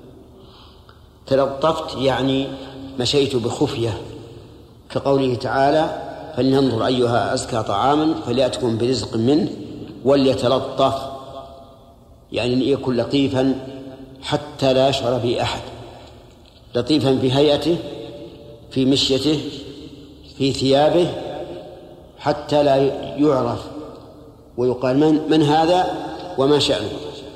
تلطفت يعني مشيت بخفية، كقوله تعالى فلننظر أيها أزكى طعاما فليأتكم برزق منه وليتلطف، يعني يكون لطيفا حتى لا يشعر به أحد، لطيفا في هيئته في مشيته في ثيابه حتى لا يعرف ويقال من, من هذا وما شأنه.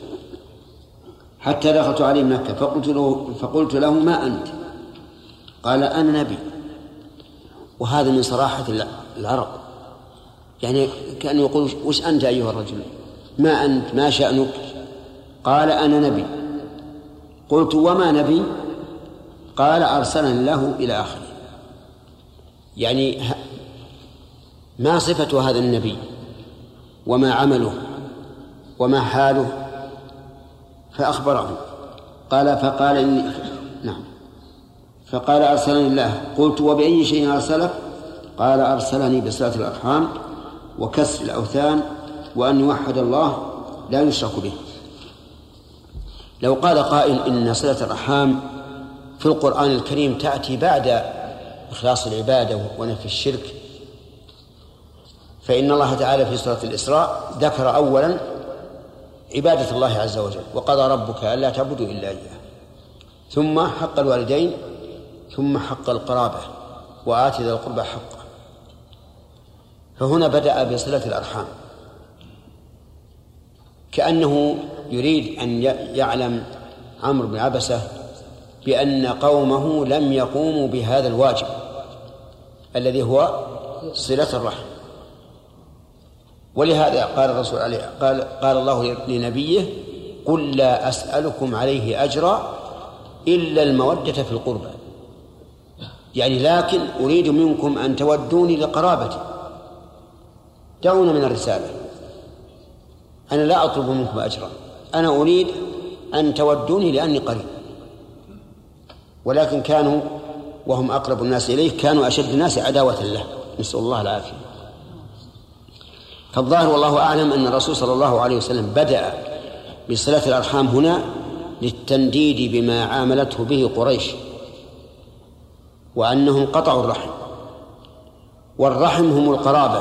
حتى دخلت عليه مكة فقلت له, فقلت له ما أنت؟ قال أنا نبي. وهذا من صراحة العرب، يعني كأنه يقول وش أنت أيها الرجل؟ ما أنت؟ ما شأنك؟ قال أنا نبي. قلت وما نبي؟ قال أرسلني الله إلى آخره. يعني ما صفة هذا النبي وما عمله وما حاله؟ فأخبره. قال فقال إني نعم فقال أرسلني الله. قلت وبأي شيء أرسلك؟ قال أرسلني بصلة الأرحام وكسر الأوثان وأن يوحد الله لا يشرك به. لو قال قائل إن صلة الأرحام في القرآن الكريم تأتي بعد إخلاص العبادة ونفي الشرك، فإن الله تعالى في سورة الإسراء ذكر أولا عبادة الله عز وجل وقضى ربك ألا تعبدوا إلا إياه، ثم حق الوالدين، ثم حق القرابة وآت ذا القربى حقه. فهنا بدأ بصلة الأرحام كأنه يريد أن يعلم عمرو بن عبسة بأن قومه لم يقوموا بهذا الواجب الذي هو صلة الرحم. ولهذا قال الرسول عليه قال قال الله لنبيه قل لا أسألكم عليه أجرا إلا المودة في القربى، يعني لكن أريد منكم أن تودوني لقرابتي، دعونا من الرسالة، أنا لا أطلب منكم أجرا، أنا أريد أن تودوني لأني قريب. ولكن كانوا وهم أقرب الناس إليه كانوا أشد الناس عداوة له، نسأل الله العافية. فالظاهر والله أعلم أن الرسول صلى الله عليه وسلم بدأ بصلة الأرحام هنا للتنديد بما عاملته به قريش، وأنهم قطعوا الرحم، والرحم هم القرابة،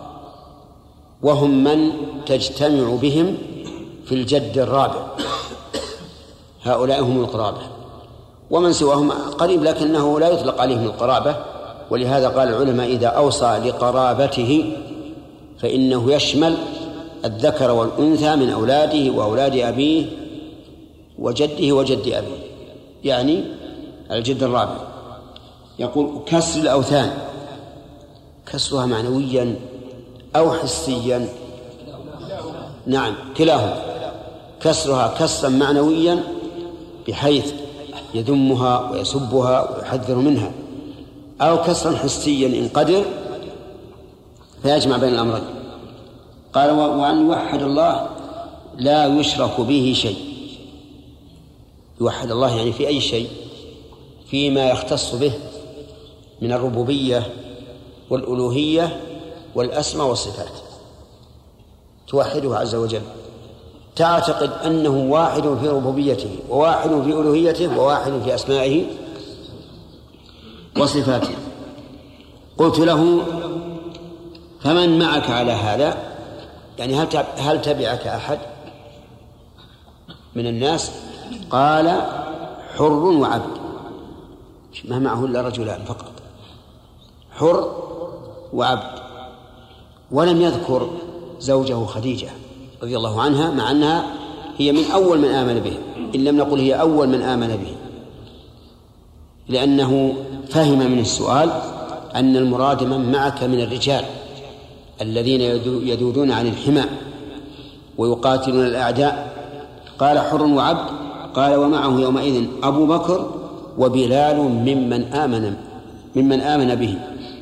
وهم من تجتمع بهم في الجد الرابع، هؤلاء هم القرابة، ومن سواهم قريب لكنه لا يطلق عليهم القرابة. ولهذا قال العلماء إذا أوصى لقرابته فإنه يشمل الذكر والأنثى من أولاده وأولاد أبيه وجده وجد أبيه، يعني الجد الرابع. يقول كسر الأوثان، كسرها معنويا أو حسيا؟ نعم كلاهما، كسرها كسرا معنويا بحيث يذمها ويسبها ويحذر منها، أو كسرا حسيا إن قدر فيجمع بين الأمرين. قال وأن يوحد الله لا يشرك به شيء. يوحد الله يعني في أي شيء؟ فيما يختص به من الربوبية والألوهية والأسماء والصفات، توحده عز وجل، تعتقد أنه واحد في ربوبيته وواحد في ألوهيته وواحد في أسمائه وصفاته. قلت له فمن معك على هذا؟ يعني هل تبعك أحد من الناس؟ قال حر وعبد، ما معه إلا رجلان فقط، حر وعبد. ولم يذكر زوجه خديجة رضي الله عنها، مع أنها هي من أول من آمن به، إن لم نقل هي أول من آمن به، لأنه فهم من السؤال أن المراد من معك من الرجال الذين يذودون عن الحمى ويقاتلون الأعداء. قال حر وعبد. قال ومعه يومئذ أبو بكر وبلال ممن آمن ممن آمن به.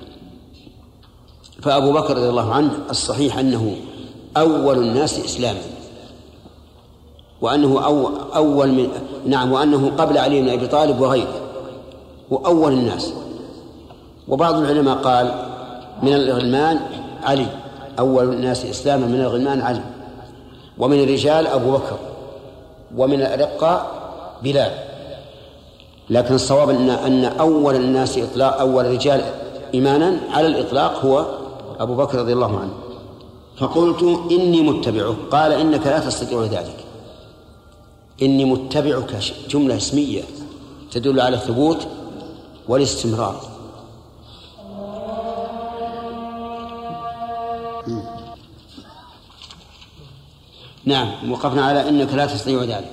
فأبو بكر رضي الله عنه الصحيح أنه أول الناس إسلاما، وأنه أول من نعم وأنه قبل علي بن أبي طالب وغيره وأول الناس. وبعض العلماء قال من الغلمان علي، أول الناس إسلاما من الغلمان علي، ومن الرجال أبو بكر، ومن الأرقاء بلال. لكن الصواب أن أن أول الناس إطلاق أول الرجال إيمانا على الإطلاق هو أبو بكر رضي الله عنه. فقلت إني متبعك. قال إنك لا تستطيع ذلك. إني متبعك جملة اسمية تدل على الثبوت والاستمرار. نعم وقفنا على إنك لا تستطيع ذلك،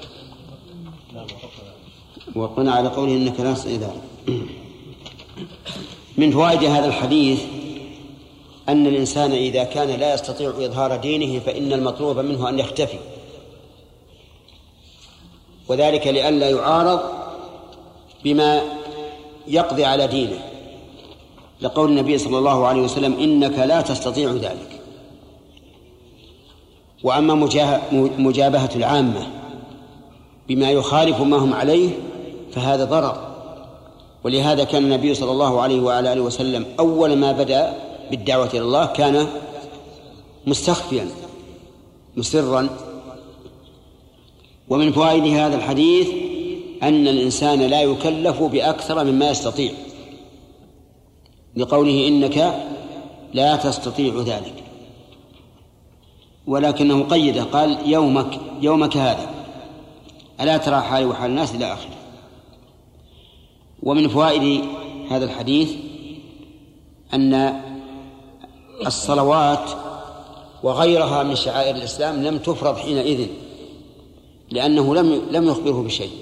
وقفنا على قوله إنك لا تستطيع ذلك. من فوائد هذا الحديث أن الإنسان إذا كان لا يستطيع إظهار دينه فإن المطلوب منه أن يختفي، وذلك لئلا يعارض بما يقضي على دينه، لقول النبي صلى الله عليه وسلم إنك لا تستطيع ذلك. وأما مجابهة العامة بما يخالف ما هم عليه فهذا ضرر، ولهذا كان النبي صلى الله عليه وعلى آله وسلم أول ما بدأ بالدعوة إلى الله كان مستخفيا مسرا. ومن فوائد هذا الحديث أن الإنسان لا يكلف بأكثر مما يستطيع، لقوله إنك لا تستطيع ذلك، ولكنه قيده قال يومك يومك هذا، ألا ترى حالي وحال الناس إلى آخره. ومن فوائد هذا الحديث أن الصلوات وغيرها من شعائر الإسلام لم تفرض حينئذ، لأنه لم لم يخبره بشيء،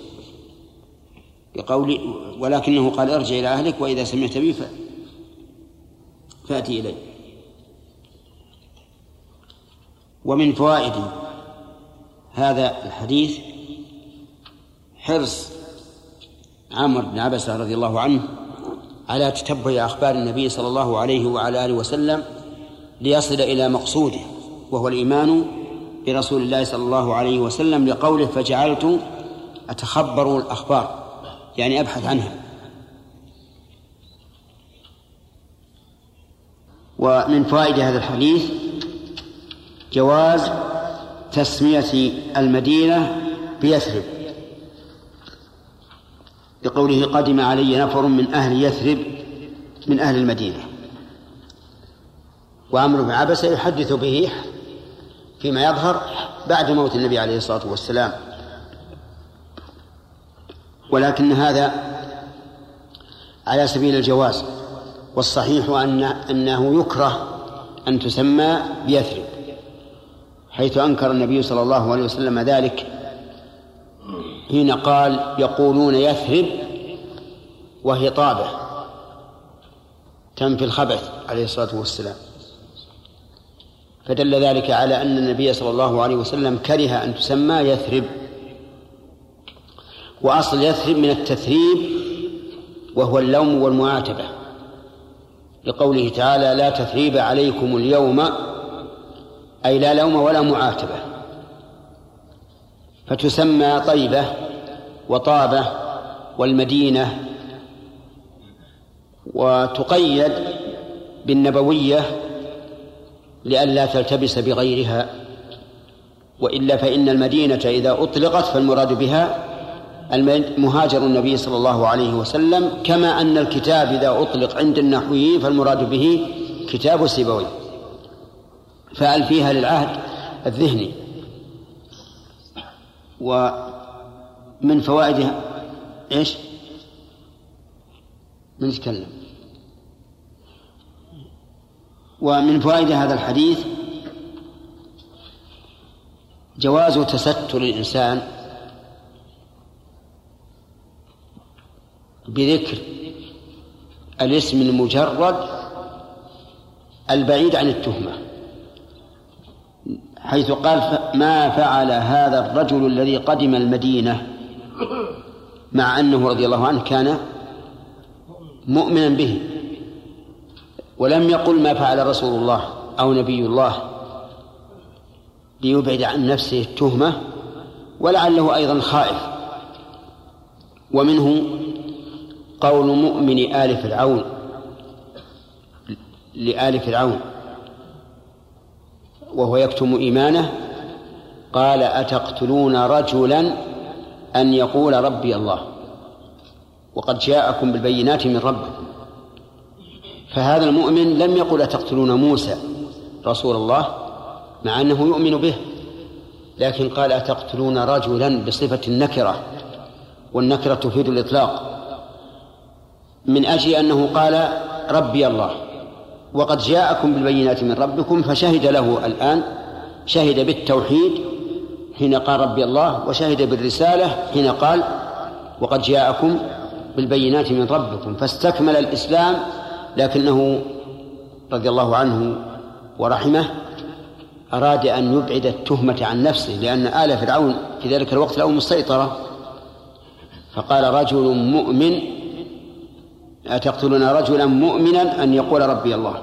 بقول ولكنه قال ارجع إلى أهلك وإذا سمعت بي فأتي إلي. ومن فوائد هذا الحديث حرص عمرو بن عبسة رضي الله عنه على تتبع أخبار النبي صلى الله عليه وعلى آله وسلم ليصل إلى مقصوده، وهو الإيمان برسول الله صلى الله عليه وسلم، لقوله فجعلت أتخبر الأخبار، يعني أبحث عنها. ومن فوائد هذا الحديث جواز تسمية المدينة بيثرب، بقوله قدم علي نفر من أهل يثرب من أهل المدينة. وعمرو بن عبسة يحدث به فيما يظهر بعد موت النبي عليه الصلاة والسلام، ولكن هذا على سبيل الجواز، والصحيح أن أنه يكره أن تسمى بيثرب، حيث أنكر النبي صلى الله عليه وسلم ذلك حين قال يقولون يثرب وهي طابة تنفي الخبث عليه الصلاة والسلام، فدل ذلك على أن النبي صلى الله عليه وسلم كره أن تسمى يثرب. وأصل يثرب من التثريب وهو اللوم والمعاتبة، لقوله تعالى لا تثريب عليكم اليوم، أي لا لوم ولا معاتبة، فتسمى طيبة وطابة والمدينة، وتقيد بالنبوية لئلا تلتبس بغيرها، وإلا فإن المدينة إذا أطلقت فالمراد بها مهاجر النبي صلى الله عليه وسلم، كما أن الكتاب إذا أطلق عند النحويين فالمراد به كتاب سيبوي، فعل فيها للعهد الذهني. ومن فوائدها إيش؟ من نتكلم. ومن فوائد هذا الحديث جواز تستر الإنسان بذكر الاسم المجرد البعيد عن التهمة، حيث قال ما فعل هذا الرجل الذي قدم المدينة، مع أنه رضي الله عنه كان مؤمنا به، ولم يقل ما فعل رسول الله أو نبي الله ليبعد عن نفسه التهمة، ولعله أيضا خائف. ومنه قول مؤمن آل فرعون لآل فرعون وهو يكتم إيمانه، قال أتقتلون رجلا أن يقول ربي الله وقد جاءكم بالبينات من ربكم. فهذا المؤمن لم يقل أتقتلون موسى رسول الله مع أنه يؤمن به، لكن قال أتقتلون رجلا بصفة النكرة، والنكرة تفيد الإطلاق، من أجل أنه قال ربي الله وقد جاءكم بالبينات من ربكم، فشهد له الآن، شهد بالتوحيد حين قال ربي الله، وشهد بالرسالة حين قال وقد جاءكم بالبينات من ربكم، فاستكمل الإسلام، لكنه رضي الله عنه ورحمه أراد أن يبعد التهمة عن نفسه، لأن آل فرعون في ذلك الوقت لهم السيطرة، فقال رجل مؤمن أتقتلون رجلا مؤمنا أن يقول ربي الله.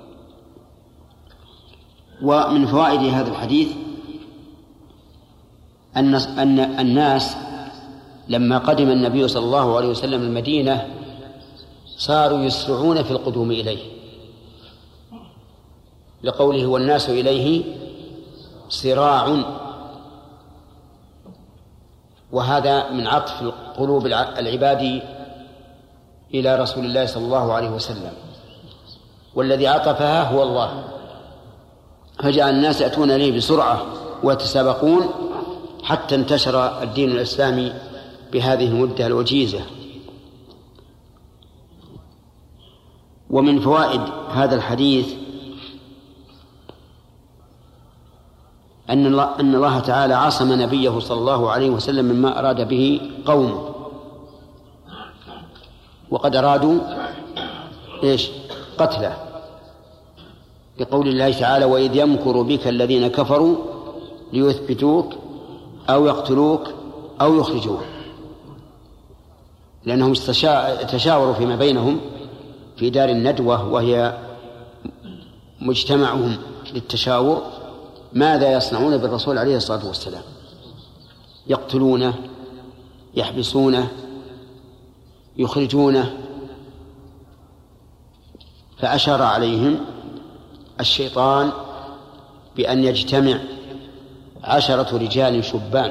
ومن فوائد هذا الحديث أن أن الناس لما قدم النبي صلى الله عليه وسلم المدينة صاروا يسرعون في القدوم إليه، لقوله والناس إليه سراع، وهذا من عطف قلوب العباد إلى رسول الله صلى الله عليه وسلم، والذي عطفها هو الله، فجعل الناس يأتون إليه بسرعة ويتسابقون حتى انتشر الدين الإسلامي بهذه المدة الوجيزة. ومن فوائد هذا الحديث أن الله, أن الله تعالى عصم نبيه صلى الله عليه وسلم مما أراد به قومه، وقد أرادوا إيش؟ قتله، بقول الله تعالى وإذ يمكر بك الذين كفروا ليثبتوك أو يقتلوك أو يخرجوك، لأنهم تشاوروا فيما بينهم في دار الندوة وهي مجتمعهم للتشاور ماذا يصنعون بالرسول عليه الصلاة والسلام، يقتلونه، يحبسونه، يخرجونه. فأشار عليهم الشيطان بأن يجتمع عشرة رجال شبان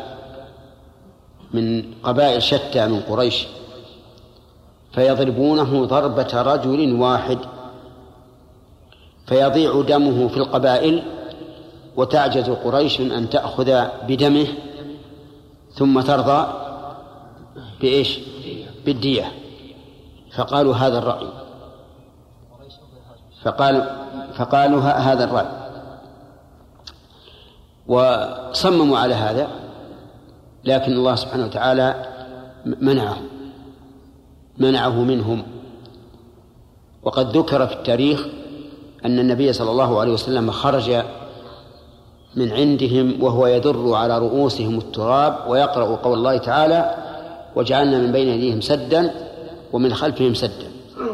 من قبائل شتى من قريش فيضربونه ضربة رجل واحد فيضيع دمه في القبائل، وتعجز قريش أن تأخذ بدمه ثم ترضى بإيش؟ بالدية. فقالوا هذا الرأي، فقالوا فقالوا هذا الرأي وصمموا على هذا، لكن الله سبحانه وتعالى منعه منعه منهم. وقد ذكر في التاريخ أن النبي صلى الله عليه وسلم خرج من عندهم وهو يدر على رؤوسهم التراب ويقرأ قول الله تعالى وجعلنا من بين أيديهم سدا ومن خلفهم سدا،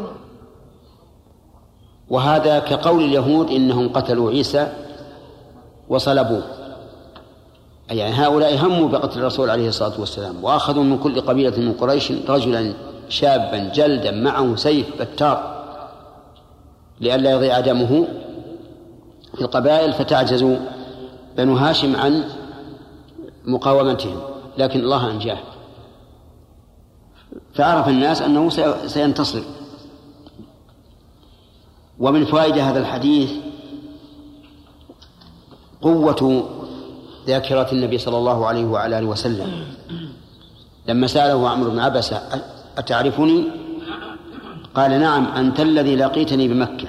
وهذا كقول اليهود إنهم قتلوا عيسى وصلبوه، يعني هؤلاء هموا بقتل الرسول عليه الصلاة والسلام، وأخذوا من كل قبيلة من قريش رجلا شابا جلدا معه سيف بتار لئلا يضيع دمه في القبائل، فتعجزوا بنو هاشم عن مقاومتهم، لكن الله أنجاه، فعرف الناس أنه سينتصر. ومن فوائد هذا الحديث قوة ذاكرة النبي صلى الله عليه وعلى آله وسلم، لما سأله عمرو بن عبسة أتعرفني؟ قال نعم أنت الذي لقيتني بمكة.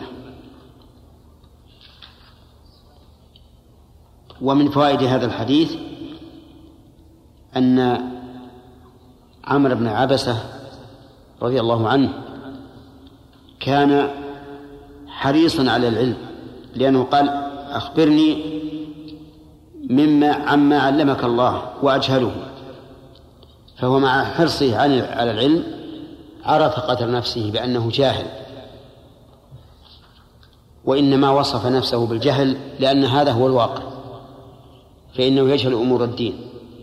ومن فوائد هذا الحديث أن عمرو بن عبسة رضي الله عنه كان حريصا على العلم، لأنه قال أخبرني مما عما علمك الله وأجهله، فهو مع حرصه على العلم عرف قدر نفسه بأنه جاهل، وإنما وصف نفسه بالجهل لأن هذا هو الواقع، فإنه يجهل أمور الدين،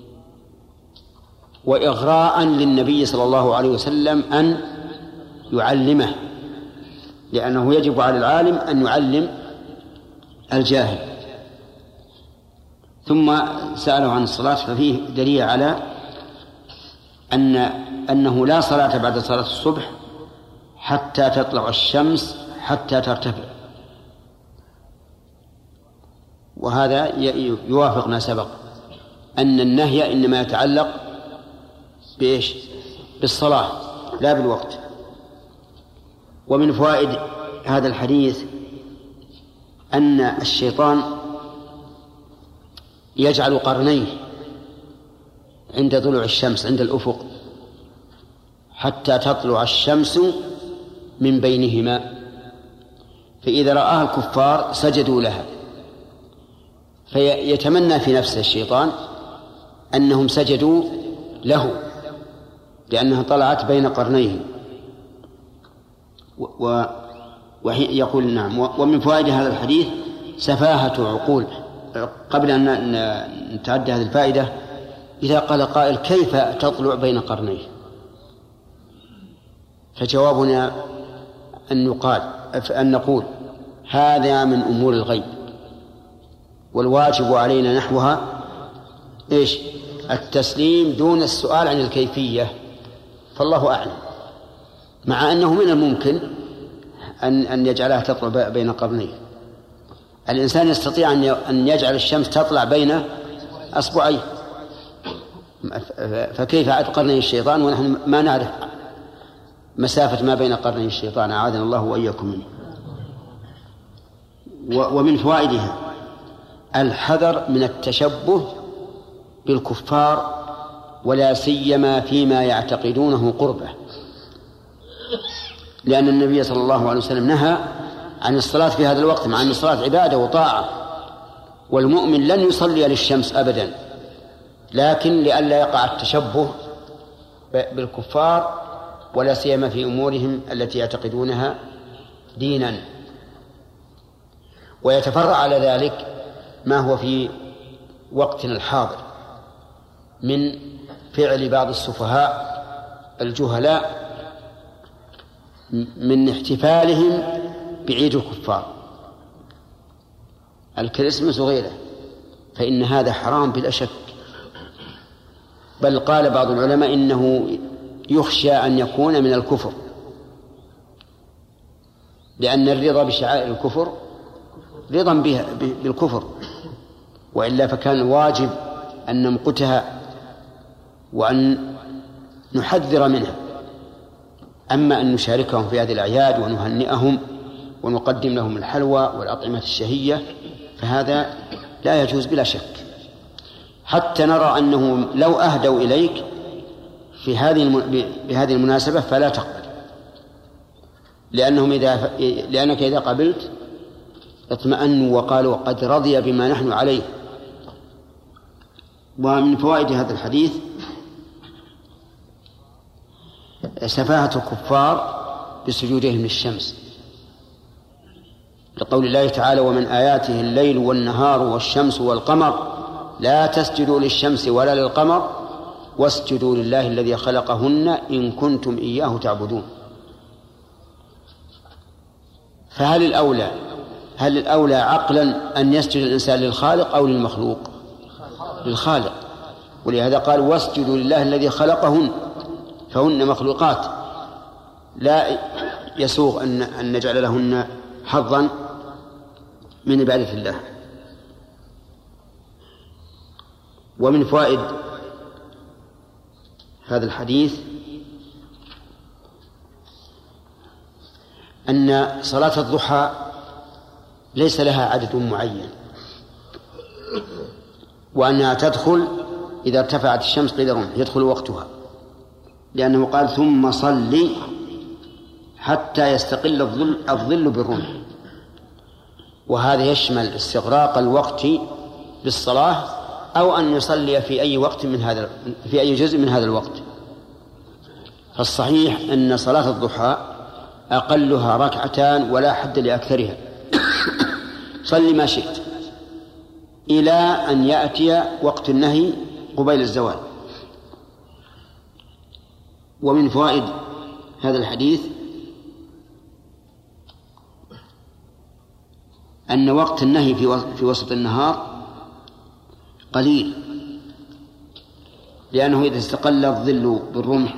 وإغراء للنبي صلى الله عليه وسلم أن يعلمه، لأنه يجب على العالم أن يعلم الجاهل. ثم سأله عن الصلاة، ففيه دليل على أن أنه لا صلاة بعد صلاة الصبح حتى تطلع الشمس حتى ترتفع، وهذا يوافق ما سبق أن النهي إنما يتعلق بإيش؟ بالصلاة لا بالوقت. ومن فوائد هذا الحديث أن الشيطان يجعل قرنيه عند طلوع الشمس عند الأفق حتى تطلع الشمس من بينهما، فإذا رآها الكفار سجدوا لها، فيتمنى في نفسه الشيطان أنهم سجدوا له لأنها طلعت بين قرنيه، ويقول نعم. ومن فوائد هذا الحديث سفاهة عقول. قبل أن نتعدى هذه الفائدة، إذا قال قائل كيف تطلع بين قرنيه، فجوابنا أن نقال أن نقول هذا من أمور الغيب، والواجب علينا نحوها إيش؟ التسليم دون السؤال عن الكيفية، فالله أعلم. مع أنه من الممكن أن أن يجعلها تطلع بين قرنيه. الإنسان يستطيع أن يجعل الشمس تطلع بين أصبعيه، فكيف عاد قرني الشيطان ونحن ما نعرف مسافة ما بين قرني الشيطان، أعاذنا الله وإياكم منه. ومن فوائدها الحذر من التشبه بالكفار، ولا سيما فيما يعتقدونه قربه، لأن النبي صلى الله عليه وسلم نهى عن الصلاة في هذا الوقت، مع أن الصلاة عبادة وطاعة، والمؤمن لن يصلي للشمس أبدا، لكن لئلا يقع التشبه بالكفار، ولا سيما في أمورهم التي يعتقدونها دينا. ويتفرع على ذلك ما هو في وقتنا الحاضر من فعل بعض السفهاء الجهلاء من احتفالهم بعيد الكفار الكريسماس وغيره، فإن هذا حرام بلا شك. بل قال بعض العلماء إنه يخشى أن يكون من الكفر، لأن الرضا بشعائر الكفر رضا بها بالكفر، وإلا فكان الواجب أن نمقتها وأن نحذر منها. أما أن نشاركهم في هذه الأعياد ونهنئهم ونقدم لهم الحلوى والأطعمة الشهية فهذا لا يجوز بلا شك، حتى نرى أنه لو أهدوا إليك في هذه بهذه المناسبة فلا تقبل، لأنهم إذا لأنك إذا قبلت اطمأنوا وقالوا قد رضي بما نحن عليه. ومن فوائد هذا الحديث سفاهة الكفار بسجودهم للشمس، لقول الله تعالى ومن آياته الليل والنهار والشمس والقمر لا تسجدوا للشمس ولا للقمر واسجدوا لله الذي خلقهن إن كنتم إياه تعبدون. فهل الأولى هل الأولى عقلا أن يسجد الإنسان للخالق أو للمخلوق؟ للخالق، ولهذا قال واسجدوا لله الذي خلقهن، فهن مخلوقات لا يسوغ أن أن نجعل لهن حظا من عبادة الله. ومن فوائد هذا الحديث أن صلاة الضحى ليس لها عدد معين، وأنها تدخل إذا ارتفعت الشمس قيل رمح يدخل وقتها، لأنه قال ثم صلي حتى يستقل الظل, الظل بالرمح، وهذا يشمل استغراق الوقت للصلاة أو أن يصلي في أي وقت من هذا في أي جزء من هذا الوقت. فالصحيح أن صلاة الضحى أقلها ركعتان ولا حد لأكثرها، صلي ما شئت إلى أن يأتي وقت النهي قبيل الزوال. ومن فوائد هذا الحديث أن وقت النهي في وسط النهار قليل، لأنه إذا استقل الظل بالرمح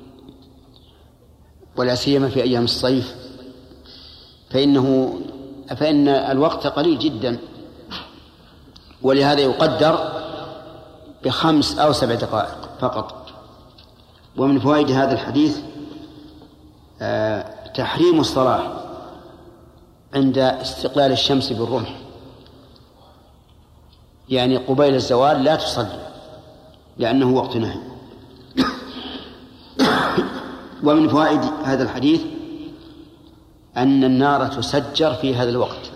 ولا سيما في أيام الصيف فإنه فإن الوقت قليل جدا، ولهذا يقدر بخمس أو سبع دقائق فقط. ومن فوائد هذا الحديث تحريم الصلاة عند استقلال الشمس بالرمح، يعني قبيل الزوال لا تصلي لأنه وقت نهي. ومن فوائد هذا الحديث أن النار تسجر في هذا الوقت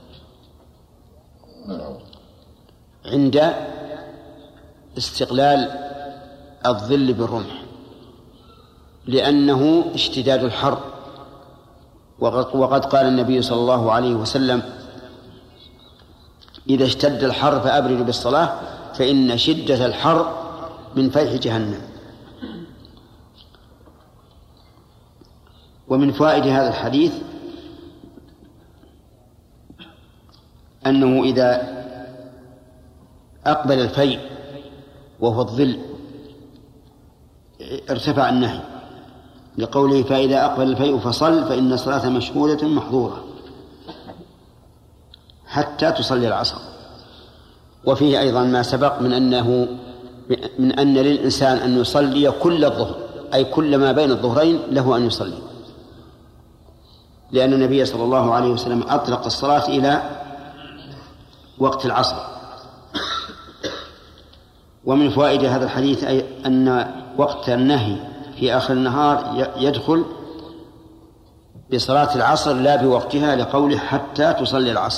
عند استقلال الظل بالرمح، لأنه اشتداد الحر. وقد قال النبي صلى الله عليه وسلم: إذا اشتد الحر فأبردوا بالصلاة فإن شدة الحر من فيح جهنم. ومن فوائد هذا الحديث أنه إذا أقبل الفيء وهو الظل ارتفع النهي، لقوله: فإذا أقبل الفيء فصل فإن الصلاة مشهودة محظورة حتى تصلي العصر. وفيه أيضا ما سبق من أنه من أن للإنسان أن يصلي كل الظهر، أي كل ما بين الظهرين له أن يصلي، لأن النبي صلى الله عليه وسلم أطلق الصلاة إلى وقت العصر. ومن فوائد هذا الحديث أي أن وقت النهي في آخر النهار يدخل بصلاة العصر لا بوقتها، لقوله: حتى تصلي العصر.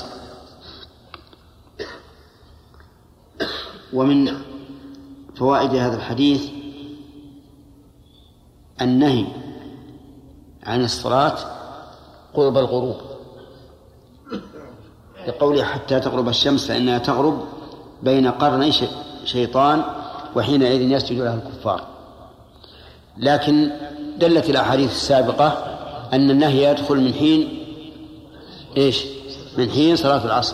ومن فوائد هذا الحديث النهي عن الصلاة قرب الغروب، لقوله: حتى تغرب الشمس فإنها تغرب بين قرني شيطان وحينئذ يسجد لها الكفار. لكن دلت الأحاديث السابقة أن النهي يدخل من حين إيش؟ من حين صلاة العصر.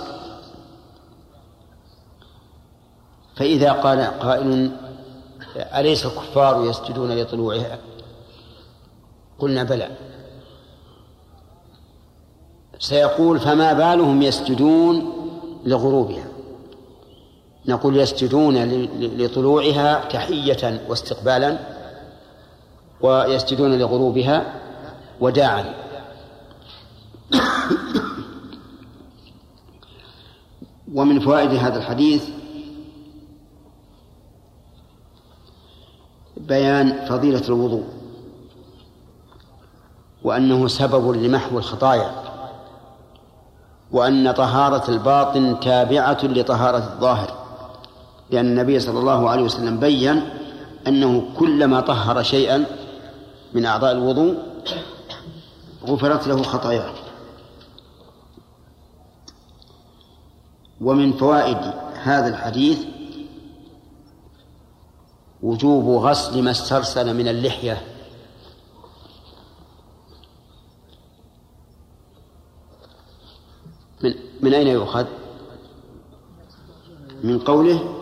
فإذا قال قائل: أليس الكفار يسجدون لطلوعها؟ قلنا: بلى. سيقول: فما بالهم يسجدون لغروبها؟ نقول: يسجدون لطلوعها تحية واستقبالا، ويسجدون لغروبها وداعا. ومن فوائد هذا الحديث بيان فضيلة الوضوء، وأنه سبب لمحو الخطايا، وأن طهارة الباطن تابعة لطهارة الظاهر، لأن النبي صلى الله عليه وسلم بيّن أنه كلما طهر شيئا من أعضاء الوضوء غفرت له خطاياه. ومن فوائد هذا الحديث وجوب غسل ما استرسل من اللحية. من, من أين يؤخذ؟ من قوله: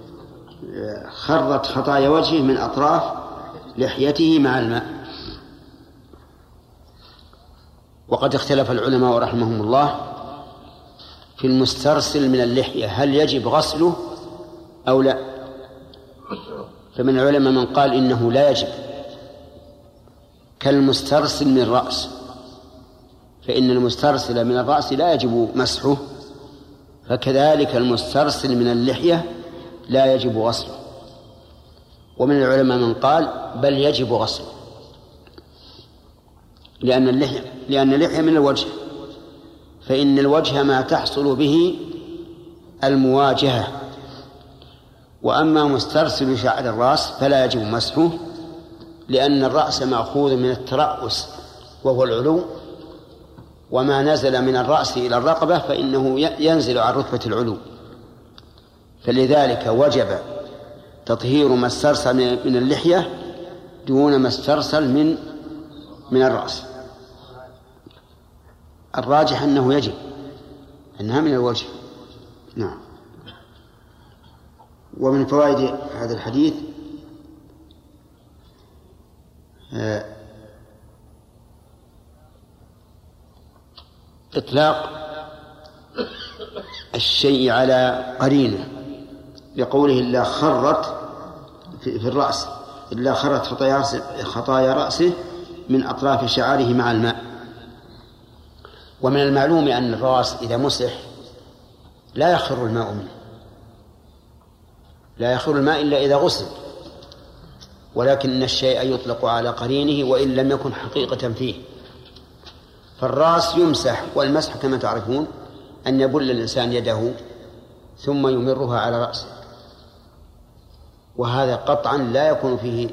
خرت خطايا وجهه من أطراف لحيته مع الماء. وقد اختلف العلماء رحمهم الله في المسترسل من اللحية، هل يجب غسله أو لا؟ فمن العلماء من قال إنه لا يجب، كالمسترسل من الرأس، فإن المسترسل من الرأس لا يجب مسحه، فكذلك المسترسل من اللحية لا يجب غسله. ومن العلماء من قال بل يجب غسله، لأن اللحية لأن اللحية من الوجه، فإن الوجه ما تحصل به المواجهة، وأما مسترسل شعر الرأس فلا يجب مسحه، لأن الرأس مأخوذ من الترأس وهو العلو، وما نزل من الرأس إلى الرقبة فإنه ينزل عن رتبة العلو، فلذلك وجب تطهير ما استرسل من اللحية دون ما استرسل من من الرأس. الراجح أنه يجب، أنها من الوجه. نعم. ومن فوائد هذا الحديث إطلاق الشيء على قرينه، لقوله: إلا خرت في الرأس إلا خرت خطايا رأسه من أطراف شعره مع الماء. ومن المعلوم أن الرأس إذا مسح لا يخر الماء منه، لا يخر الماء إلا إذا غسل، ولكن الشيء يطلق على قرينه وإن لم يكن حقيقة فيه. فالرأس يمسح، والمسح كما تعرفون أن يبل الإنسان يده ثم يمرها على رأسه، وهذا قطعا لا يكون فيه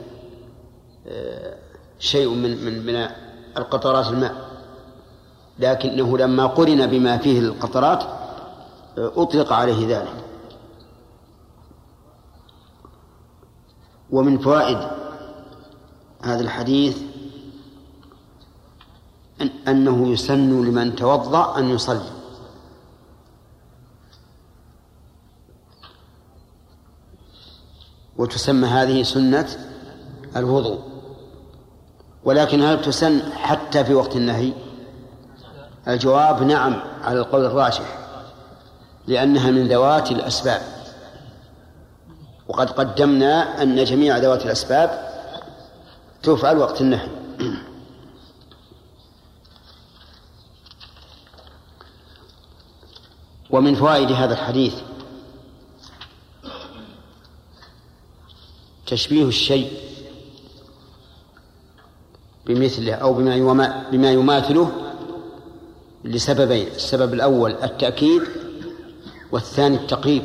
شيء من من من القطرات الماء، لكنه لما قرن بما فيه القطرات أطلق عليه ذلك. ومن فوائد هذا الحديث أن أنه يسن لمن توضأ أن يصلي، وتسمى هذه سنة الوضوء. ولكن هل تسن حتى في وقت النهي؟ الجواب نعم على القول الراجح، لأنها من ذوات الأسباب، وقد قدمنا أن جميع ذوات الأسباب تفعل وقت النهي. ومن فوائد هذا الحديث تشبيه الشيء بمثله أو بما يماثله لسببين: السبب الأول التأكيد، والثاني التقريب،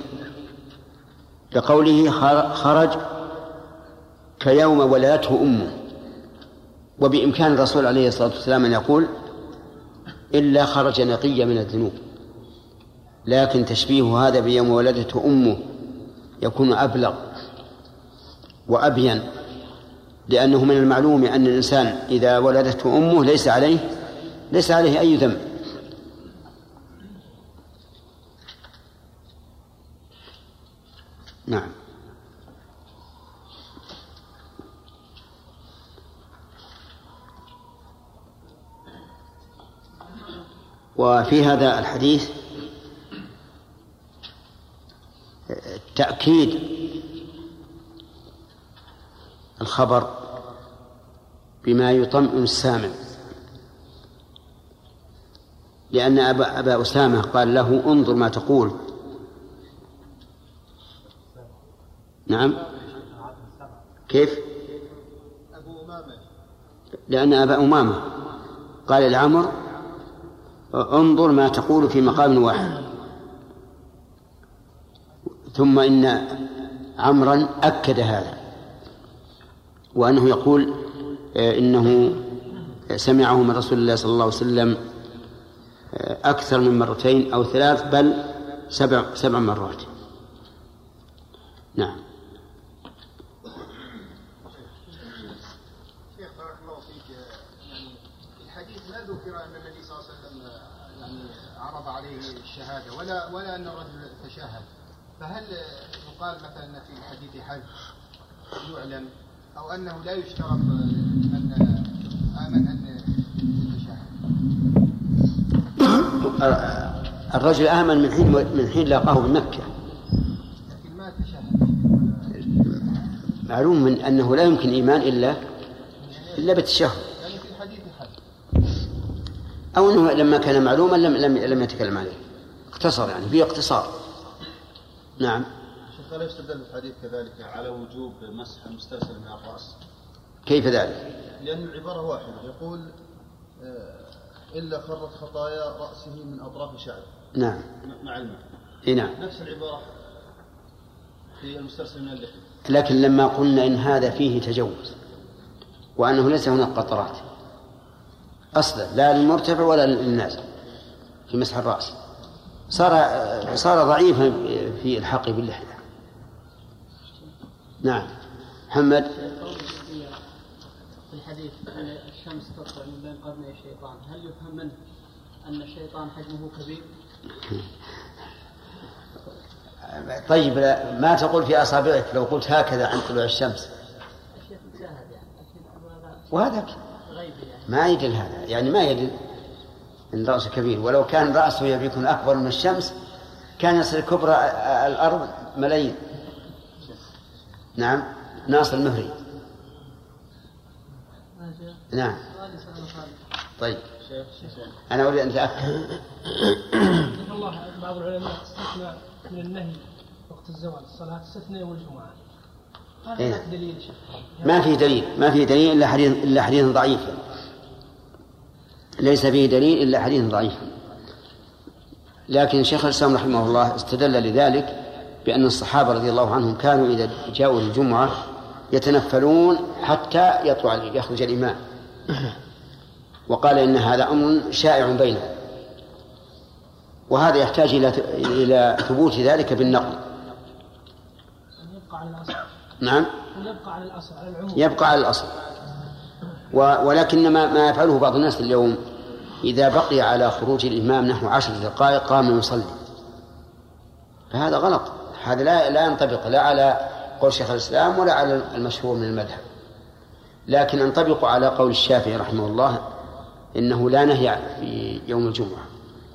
لقوله خرج كيوم ولدته أمه. وبإمكان الرسول عليه الصلاة والسلام أن يقول إلا خرج نقي من الذنوب، لكن تشبيه هذا بيوم ولدته أمه يكون أبلغ وأبين، لأنه من المعلوم أن الإنسان إذا ولدته أمه ليس عليه ليس عليه أي ذنب. نعم. وفي هذا الحديث تأكيد الخبر بما يطمئن السامع، لأن أبا, أبا أسامة قال له انظر ما تقول. نعم. كيف؟ لأن أبا أمامة قال لعمر انظر ما تقول في مقام واحد، ثم إن عمرا أكد هذا، وأنه يقول إنه سمعه من رسول الله صلى الله عليه وسلم أكثر من مرتين أو ثلاث، بل سبع, سبع مرات. نعم. شيخ بارك الله فيك، يعني الحديث لا ذكر أن النبي صلى الله عليه وسلم يعني عرض عليه الشهادة ولا ولا أن الرجل تشهد، فهل يقال مثلا في الحديث حد يعلم، أو أنه لا يشترط أن آمن أن يتشهد؟ الرجل آمن من حين من حين لاقاه بمكة، لكن ما تشهد. معلوم من أنه لا يمكن إيمان إلا إلا بالتشهد، يعني في الحديث حد، أو أنه لما كان معلوما لم لم لم يتكلم عليه، اقتصر يعني في اقتصار. نعم. شيخ لا يستدل الحديث كذلك على وجوب مسح المسترسل من الرأس؟ كيف ذلك؟ لأن العبارة واحدة، يقول إلا خرت خطايا رأسه من أطراف شعره. نعم. مع الماء. إيه نعم. نفس العبارة في المسترسل من اللحية. لكن لما قلنا إن هذا فيه تجوز وأنه ليس هناك قطرات أصلا لا للمرتفع ولا للنازل في مسح الرأس، صار صار ضعيفا في الحق باللحية. نعم. محمد. في الحديث أن الشمس تطلع من بين قرني الشيطان، هل يفهم منه أن الشيطان حجمه كبير؟ طيب ما تقول في أصابعك لو قلت هكذا عن طلوع الشمس؟ وهذا ما يدل هذا، يعني ما يدل إن رأسه كبير، ولو كان رأسه يكون أكبر من الشمس كان يصير كبرى الأرض ملايين. نعم. ناصر المهري. نعم. طيب أنا أريد أن أتأكد. الله بعض العلماء استثنى من النهي وقت الزوال الصلاة استثنى والجمعة، هذا إيه؟ دليل شيء؟ ما في دليل، ما في دليل إلا حديث إلا حديث ضعيف. ليس فيه دليل إلا حديث ضعيف. لكن شيخ الإسلام رحمه الله استدل لذلك بأن الصحابة رضي الله عنهم كانوا إذا جاءوا الجمعة يتنفلون حتى يطلع يخرج الإمام، وقال إن هذا أمر شائع بينهم، وهذا يحتاج إلى إلى ثبوت ذلك بالنقل. يبقى على الأصل. نعم. يبقى على الأصل على العموم. يبقى على الأصل. ولكن ما, ما يفعله بعض الناس اليوم إذا بقي على خروج الإمام نحو عشر دقائق قام يصلي، فهذا غلط. هذا لا لا ينطبق لا على قول شيخ الإسلام ولا على المشهور من المذهب، لكن ينطبق على قول الشافعي رحمه الله إنه لا نهي في يوم الجمعة.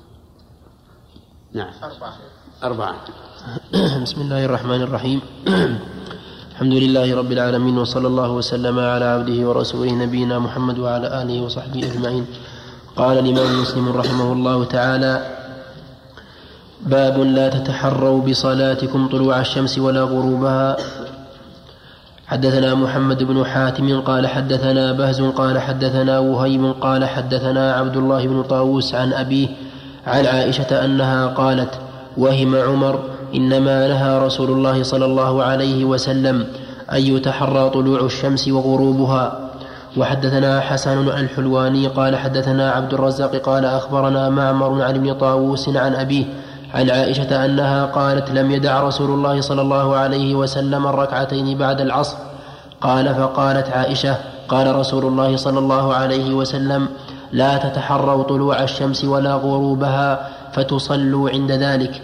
نعم. أربعة. أربعة. بسم الله الرحمن الرحيم. الحمد لله رب العالمين، وصلى الله وسلم على عبده ورسوله نبينا محمد وعلى آله وصحبه أجمعين. قال الإمام مسلم رحمه الله تعالى: باب لا تتحروا بصلاتكم طلوع الشمس ولا غروبها. حدثنا محمد بن حاتم قال حدثنا بهز قال حدثنا وهيب قال حدثنا عبد الله بن طاووس عن أبيه عن عائشة أنها قالت: وهم عمر إنما نهى رسول الله صلى الله عليه وسلم أن يتحرى طلوع الشمس وغروبها. وحدثنا حسن الحلواني قال حدثنا عبد الرزاق قال أخبرنا معمر عن ابن طاووس عن أبيه عن عائشة أنها قالت: لم يدع رسول الله صلى الله عليه وسلم الركعتين بعد العصر. قال: فقالت عائشة: قال رسول الله صلى الله عليه وسلم: لا تتحروا طلوع الشمس ولا غروبها فتصلوا عند ذلك.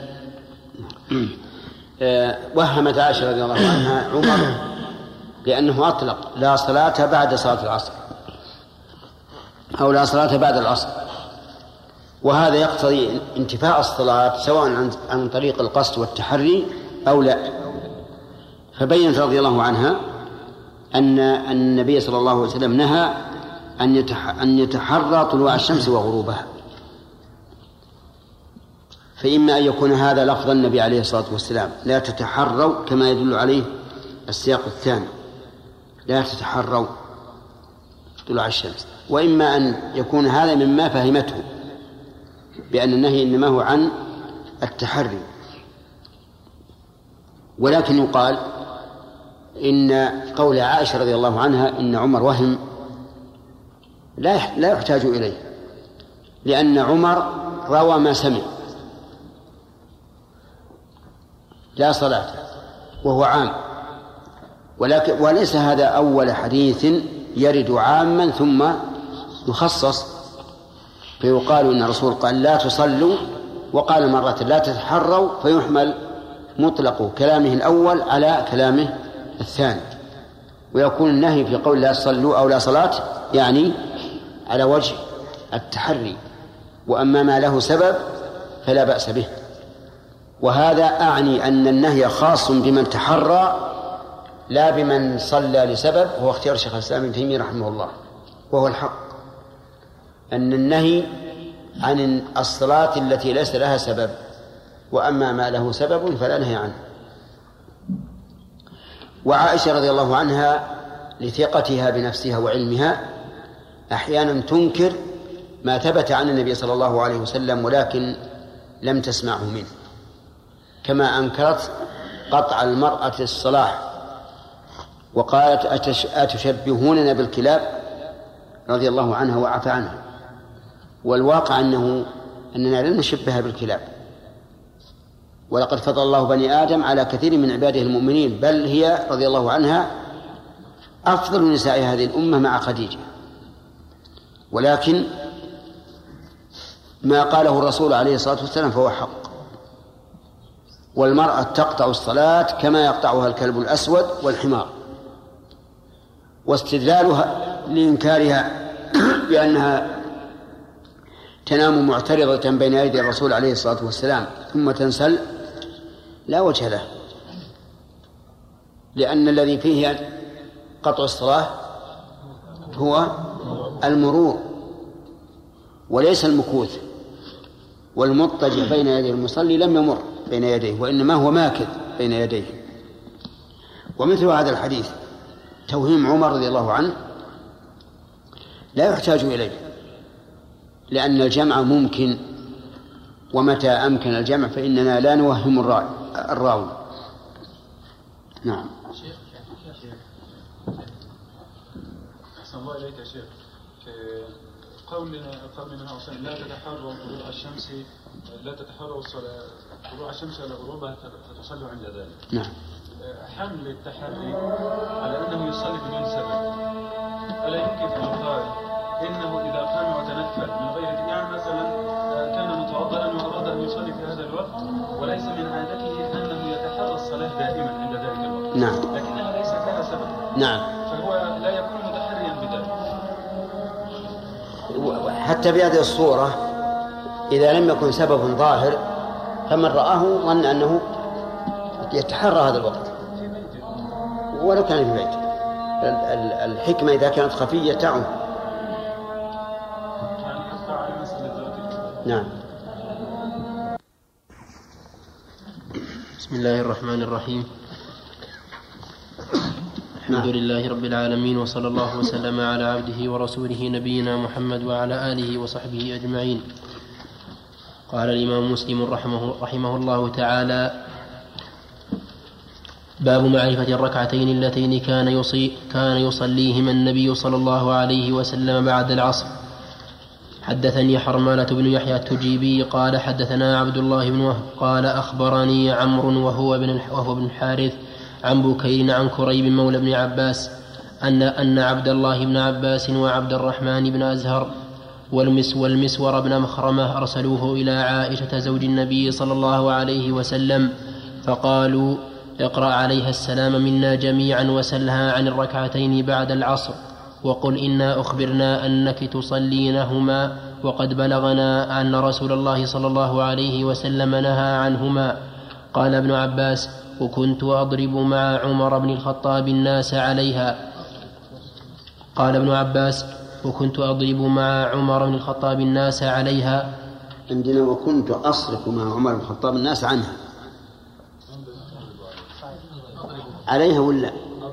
وهمت عائشة رضي الله عنها عمر لأنه أطلق لا صلاة بعد صلاة العصر أو لا صلاة بعد العصر، وهذا يقتضي انتفاء الصلاة سواء عن طريق القصد والتحري أو لا. فبينت رضي الله عنها أن النبي صلى الله عليه وسلم نهى أن يتحرى طلوع الشمس وغروبها، فإما أن يكون هذا لفظ النبي عليه الصلاة والسلام لا تتحروا كما يدل عليه السياق الثاني لا تتحروا طلوع الشمس، وإما أن يكون هذا مما فهمته بأن النهي إنما هو عن التحري. ولكن يقال إن قول عائشة رضي الله عنها إن عمر وهم لا لا يحتاج إليه، لأن عمر روى ما سمع لا صلاة وهو عام، ولكن وليس هذا أول حديث يرد عاما ثم يخصص، فيقال إن الرسول قال لا تصلوا وقال مرة لا تتحروا، فيحمل مطلق كلامه الأول على كلامه الثاني، ويكون النهي في قول لا تصلوا أو لا صلاة يعني على وجه التحري، وأما ما له سبب فلا بأس به. وهذا أعني أن النهي خاص بمن تحرى لا بمن صلى لسبب، هو اختيار شيخ الإسلام ابن تيمية رحمه الله، وهو الحق أن النهي عن الصلاة التي ليس لها سبب، وأما ما له سبب فلا نهي عنه. وعائشة رضي الله عنها لثقتها بنفسها وعلمها أحيانا تنكر ما ثبت عن النبي صلى الله عليه وسلم ولكن لم تسمعه منه، كما أنكرت قطع المرأة الصلاة وقالت أتشبهوننا بالكلاب رضي الله عنها وعفى عنها، والواقع أنه أننا لن نشبهها بالكلاب، ولقد فضل الله بني آدم على كثير من عباده المؤمنين، بل هي رضي الله عنها أفضل نساء هذه الأمة مع خديجة. ولكن ما قاله الرسول عليه الصلاة والسلام فهو حق، والمرأة تقطع الصلاة كما يقطعها الكلب الأسود والحمار. واستدلالها لإنكارها بأنها تنام معترضة بين يدي الرسول عليه الصلاة والسلام ثم تنسل لا وجه له، لأن الذي فيه قطع الصلاة هو المرور وليس المكوث، والمضطجع بين يدي المصلي لم يمر بين يديه وإنما هو ماكث بين يديه. ومثل هذا الحديث توهيم عمر رضي الله عنه لا يحتاج إليه، لأن الجمع ممكن، ومتى أمكن الجمع فإننا لا نوهم الراوي. نعم. أحسن الله إليك يا شيخ. قول قول النبي صلى الله عليه وسلم لا تتحروا طلوع الشمس لا تتحروا طلوع الشمس ولا غروبها فتصلوا عند ذلك. نعم. حمل التحري على أنه يصلي بدون سبب، ألا يمكن أن يقال إنه إذا قام وتنفل من غير، يعني مثلا كان متوضئا وأراد أن يصلي في هذا الوقت وليس من عادته أنه يتحرى الصلاة دائما عند ذلك الوقت. نعم. لكنها ليست لها سبب. نعم. فهو لا يكون متحريا بذلك. حتى بهذه الصورة إذا لم يكن سبب ظاهر فمن رآه ظن أنه يتحرى هذا الوقت ولو كان في بيته. الحكمة إذا كانت خفية تعم. نعم. بسم الله الرحمن الرحيم. الحمد لله رب العالمين، وصلى الله وسلم على عبده ورسوله نبينا محمد وعلى آله وصحبه أجمعين. قال الإمام مسلم رحمه, رحمه الله تعالى: باب معرفة الركعتين اللتين كان, يصي كان يصليهما النبي صلى الله عليه وسلم بعد العصر. حدثني حرملة بن يحيى التجيبي قال حدثنا عبد الله بن وهب قال أخبرني عمرو وهو بن وهو بن الحارث عن بكير عن كريب مولى بن عباس أن أن عبد الله بن عباس وعبد الرحمن بن أزهر والمس والمسور بن مخرمة أرسلوه إلى عائشة زوج النبي صلى الله عليه وسلم فقالوا: اقرأ عليها السلام منا جميعا وسلها عن الركعتين بعد العصر وقل إنا أخبرنا أنك تصلينهما وقد بلغنا أن رسول الله صلى الله عليه وسلم نهى عنهما. قال ابن عباس: وكنت أضرب مع عمر بن الخطاب الناس عليها. قال ابن عباس: وكنت أضرب مع عمر بن الخطاب الناس عليها. عندنا وكنت أصرف مع عمر بن الخطاب الناس عنها عليها ولا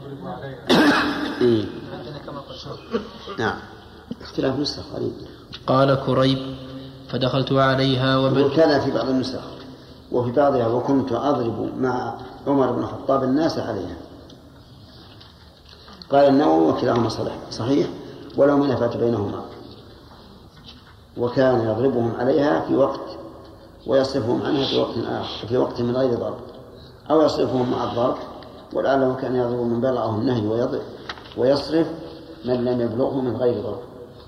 إيه؟ نعم، اختلاف نسخ قريب. قال كريب: فدخلت عليها وبل كان في بعض النسخ وفي بعضها وكنت أضرب مع عمر بن الخطاب الناس عليها. قال النووي: وكلاهما صحيح صحيح ولو منافات بينهما، وكان يضربهم عليها في وقت ويصرفهم عنها في وقت آخر في وقت من غير ضرب، أو يصرفهم مع الضرب، ولعله كان يضرب من بلغه النهي ويصرف من لم يبلغه من غير ضرب.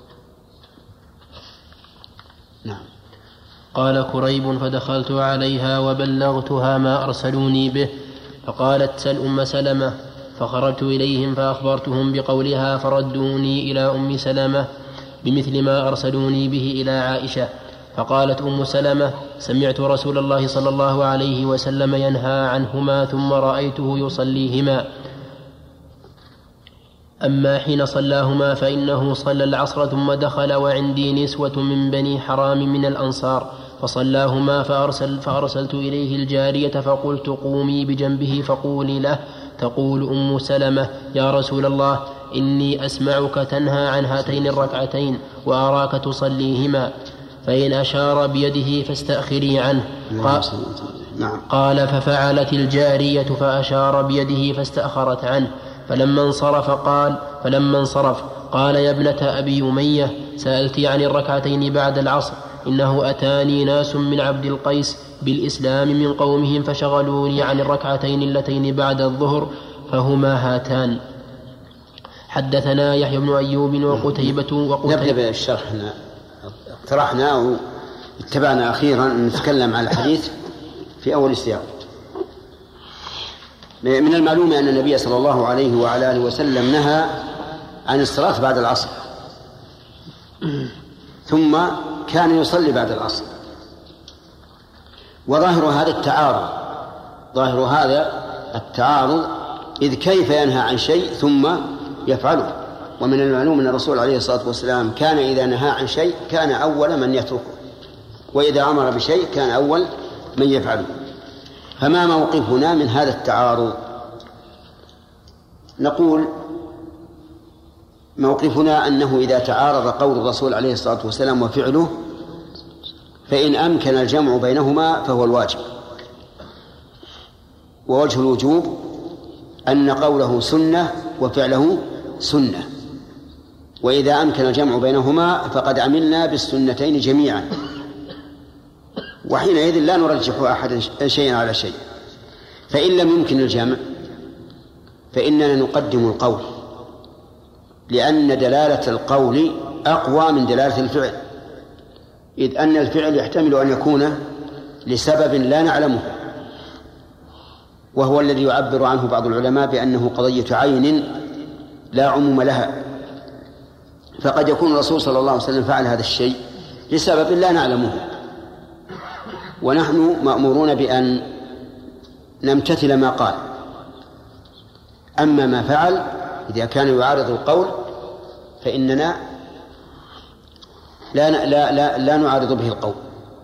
نعم. قال كريب: فدخلت عليها وبلغتها ما أرسلوني به، فقالت: سل أم سلمة. فخرجت إليهم فأخبرتهم بقولها فردوني إلى أم سلمة بمثل ما أرسلوني به إلى عائشة. فقالت أم سلمة: سمعت رسول الله صلى الله عليه وسلم ينهى عنهما ثم رأيته يصليهما. أما حين صلاهما فإنه صلى العصر ثم دخل وعندي نسوة من بني حرام من الأنصار فصلاهما فأرسل فأرسلت إليه الجارية فقلت: قومي بجنبه فقولي له تقول أم سلمة: يا رسول الله إني أسمعك تنهى عن هاتين الركعتين وأراك تصليهما، فإن أشار بيده فاستأخري عنه. قال: ففعلت الجارية فأشار بيده فاستأخرت عنه. فلما انصرف قال فلما انصرف قال: يا ابنة أبي أمية، سألتي عن الركعتين بعد العصر، إنه أتاني ناس من عبد القيس بالإسلام من قومهم فشغلوني عن الركعتين اللتين بعد الظهر فهما هاتان. حدثنا يحيى بن أيوب وقتيبة وقتيبة. نبدأ بالشرح. اقترحنا واتبعنا أخيرا أن نتكلم عن الحديث في أول السياق. من المعلوم أن النبي صلى الله عليه وعلى آله وسلم نهى عن الصلاة بعد العصر، ثم كان يصلي بعد العصر، وظاهر هذا التعارض ظاهر هذا التعارض إذ كيف ينهى عن شيء ثم يفعله؟ ومن المعلوم أن الرسول عليه الصلاة والسلام كان إذا نهى عن شيء كان أول من يتركه، وإذا أمر بشيء كان أول من يفعله. فما موقفنا من هذا التعارض؟ نقول موقفنا أنه إذا تعارض قول الرسول عليه الصلاة والسلام وفعله فإن أمكن الجمع بينهما فهو الواجب. ووجه الوجوب أن قوله سنة وفعله سنة، وإذا أمكن الجمع بينهما فقد عملنا بالسنتين جميعا، وحينئذ لا نرجح أحد شيئا على شيء. فإن لم يمكن الجمع فإننا نقدم القول، لأن دلالة القول أقوى من دلالة الفعل، إذ أن الفعل يحتمل أن يكون لسبب لا نعلمه، وهو الذي يعبر عنه بعض العلماء بأنه قضية عين لا عموم لها. فقد يكون الرسول صلى الله عليه وسلم فعل هذا الشيء لسبب لا نعلمه، ونحن مأمورون بأن نمتثل ما قال. أما ما فعل إذا كان يعارض القول فإننا لا, لا, لا, لا نعارض به القول.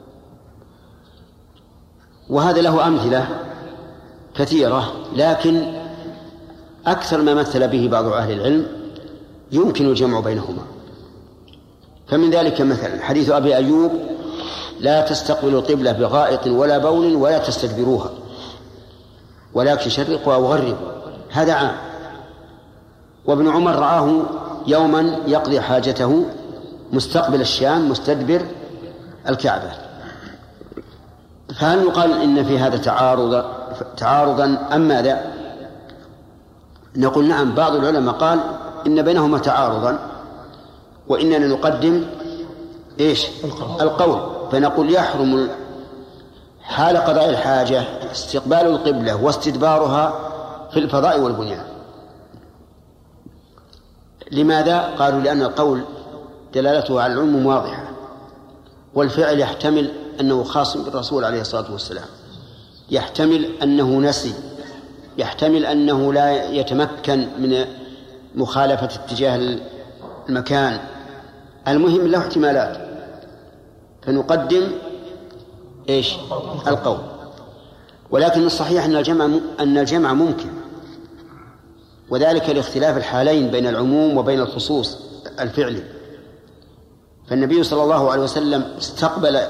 وهذا له أمثلة كثيرة، لكن أكثر ما مثل به بعض أهل العلم يمكن الجمع بينهما. فمن ذلك مثلا حديث أبي أيوب: لا تستقبلوا القبلة بغائط ولا بول ولا تستدبروها ولكن شرقوا أو غربوا، هذا عام. وابن عمر رآه يوما يقضي حاجته مستقبل الشام مستدبر الكعبة. فهل يقال إن في هذا تعارض تعارضا أم ماذا؟ نقول نعم. بعض العلماء قال إن بينهما تعارضا، وإننا نقدم إيش؟ القول. فنقول يحرم حال قضاء الحاجة استقبال القبلة واستدبارها في الفضاء والبنيان. لماذا؟ قالوا لأن القول دلالته على العموم واضحة، والفعل يحتمل أنه خاص بالرسول عليه الصلاة والسلام، يحتمل أنه نسي، يحتمل أنه لا يتمكن من مخالفة اتجاه المكان. المهم له احتمالات، فنقدم إيش؟ القول. ولكن الصحيح أن الجمع أن الجمع ممكن، وذلك لاختلاف الحالين بين العموم وبين الخصوص الفعلي. فالنبي صلى الله عليه وسلم استقبل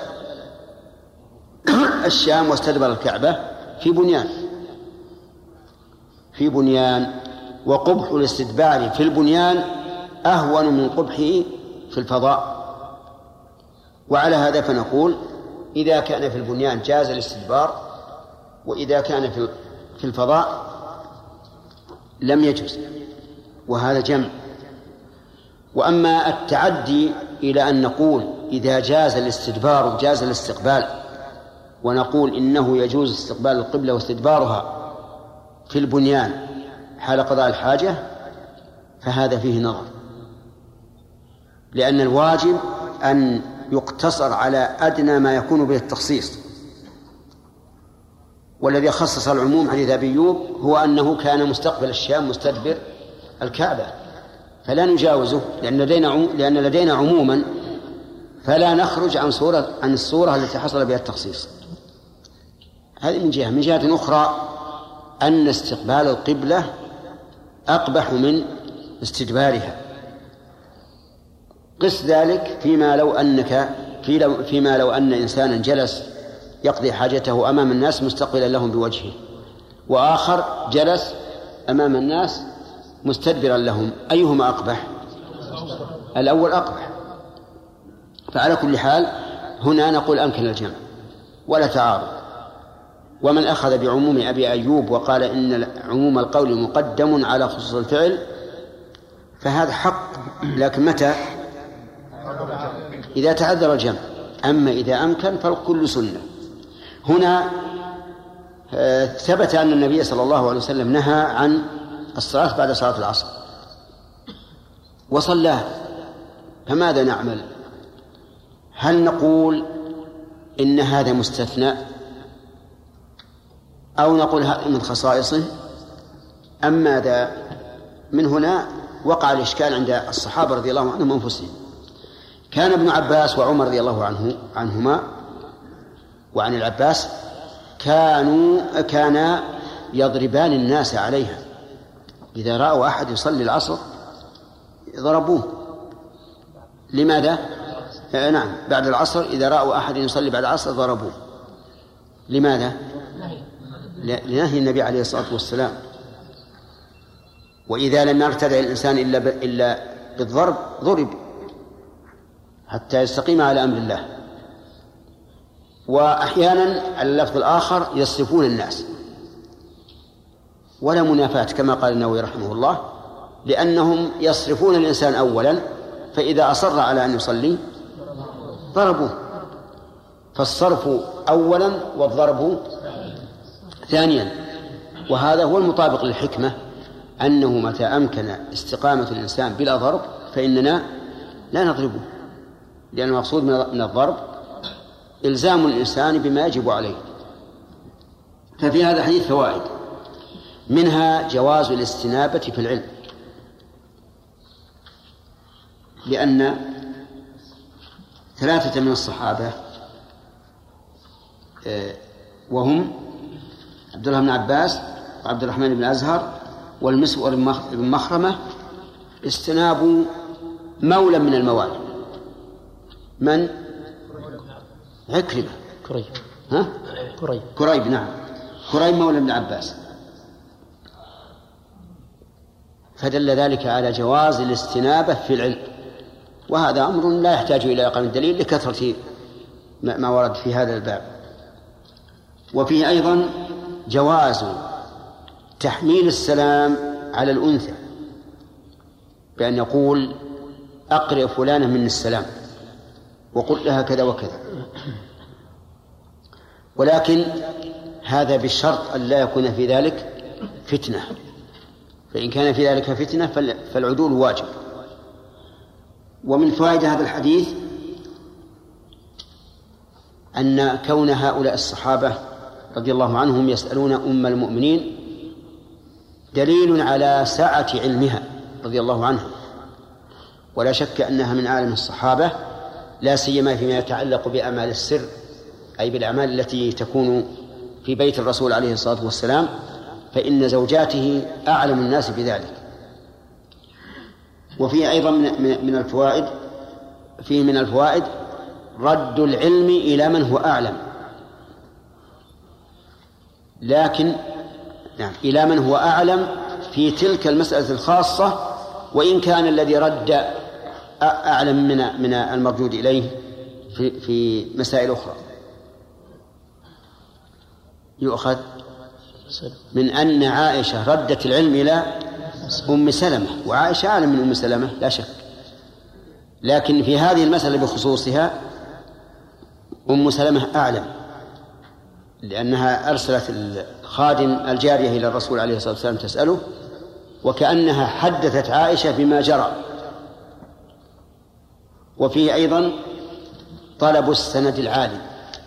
الشام واستدبر الكعبة في بنيان في بنيان وقبح الاستدبار في البنيان أهون من قبحه في الفضاء. وعلى هذا فنقول إذا كان في البنيان جاز الاستدبار، وإذا كان في الفضاء لم يجوز، وهذا جمع. وأما التعدي إلى أن نقول إذا جاز الاستدبار جاز الاستقبال، ونقول إنه يجوز استقبال القبلة واستدبارها في البنيان حال قضاء الحاجة، فهذا فيه نظر، لأن الواجب أن يقتصر على أدنى ما يكون به التخصيص. والذي خصص العموم حديث أبي أيوب هو أنه كان مستقبل الشام مستدبر الكعبة، فلا نجاوزه لأن لدينا لأن لدينا عموما، فلا نخرج عن صورة عن الصورة التي حصل بها التخصيص. هذه من جهة. من جهة أخرى أن استقبال القبلة أقبح من استدبارها. قس ذلك فيما لو أنك في لو فيما لو أن إنسانا جلس يقضي حاجته أمام الناس مستقبلا لهم بوجهه، وآخر جلس أمام الناس مستدبرا لهم، أيهما أقبح؟ الأول أقبح. فعلى كل حال هنا نقول أمكن الجمع ولا تعارض. ومن أخذ بعموم أبي أيوب وقال إن عموم القول مقدم على خصوص الفعل فهذا حق، لكن متى؟ إذا تعذر الجمع. أما إذا أمكن فالكل سنة. هنا ثبت أن النبي صلى الله عليه وسلم نهى عن الصلاة بعد صلاة العصر وصلاه، فماذا نعمل؟ هل نقول إن هذا مستثنى أو نقول هذا من خصائصه أم ماذا؟ من هنا وقع الإشكال عند الصحابة رضي الله عنهم أنفسهم. كان ابن عباس وعمر رضي الله عنه عنهما وعن العباس كانوا كانا يضربان الناس عليها. إذا رأوا أحد يصلي العصر ضربوه. لماذا؟ آه نعم، بعد العصر إذا رأوا أحد يصلي بعد العصر ضربوه. لماذا؟ لنهي النبي عليه الصلاة والسلام. وإذا لم يرتدع الإنسان إلا إلا بالضرب ضرب حتى يستقيم على أمر الله. وأحيانا على اللفظ الآخر يصرفون الناس، ولا منافاة كما قال النووي رحمه الله، لأنهم يصرفون الإنسان أولا، فإذا أصر على أن يصلي ضربوه. فالصرف أولا والضرب ثانيا. وهذا هو المطابق للحكمة، أنه متى أمكن استقامة الإنسان بلا ضرب فإننا لا نضربه، لأن المقصود من الضرب إلزام الإنسان بما يجب عليه. ففي هذا الحديث فوائد، منها جواز الاستنابة في العلم، لأن ثلاثة من الصحابة وهم عبد الله بن عباس وعبد الرحمن بن أزهر والمسور بن مخرمة استنابوا مولى من الموالي. من؟ عكرمة. كريب. ها؟ كريب. كريب نعم، كريب مولى ابن عباس. فدل ذلك على جواز الاستنابة في العلم، وهذا أمر لا يحتاج إلى إقامة الدليل لكثرة ما ورد في هذا الباب. وفيه أيضا جواز تحميل السلام على الأنثى، بأن يقول أقرئ فلانة من السلام وقل لها كذا وكذا، ولكن هذا بالشرط أن لا يكون في ذلك فتنة، فإن كان في ذلك فتنة فالعدول واجب. ومن فوائد هذا الحديث أن كون هؤلاء الصحابة رضي الله عنهم يسألون أم المؤمنين دليل على سعة علمها رضي الله عنها، ولا شك أنها من أعلم الصحابة، لا سيما فيما يتعلق بأعمال السر، أي بالأعمال التي تكون في بيت الرسول عليه الصلاة والسلام، فإن زوجاته أعلم الناس بذلك. وفيه أيضا من الفوائد فيه من الفوائد رد العلم إلى من هو أعلم، لكن نعم إلى من هو أعلم في تلك المسألة الخاصة، وإن كان الذي رد أعلم من من المردود إليه في في مسائل أخرى. يؤخذ من أن عائشة ردت العلم إلى أم سلمة، وعائشة أعلم من أم سلمة لا شك، لكن في هذه المسألة بخصوصها أم سلمة أعلم، لأنها أرسلت الخادم الجارية إلى الرسول عليه الصلاة والسلام تسأله، وكأنها حدثت عائشة بما جرى. وفيه أيضا طلب السند العالي،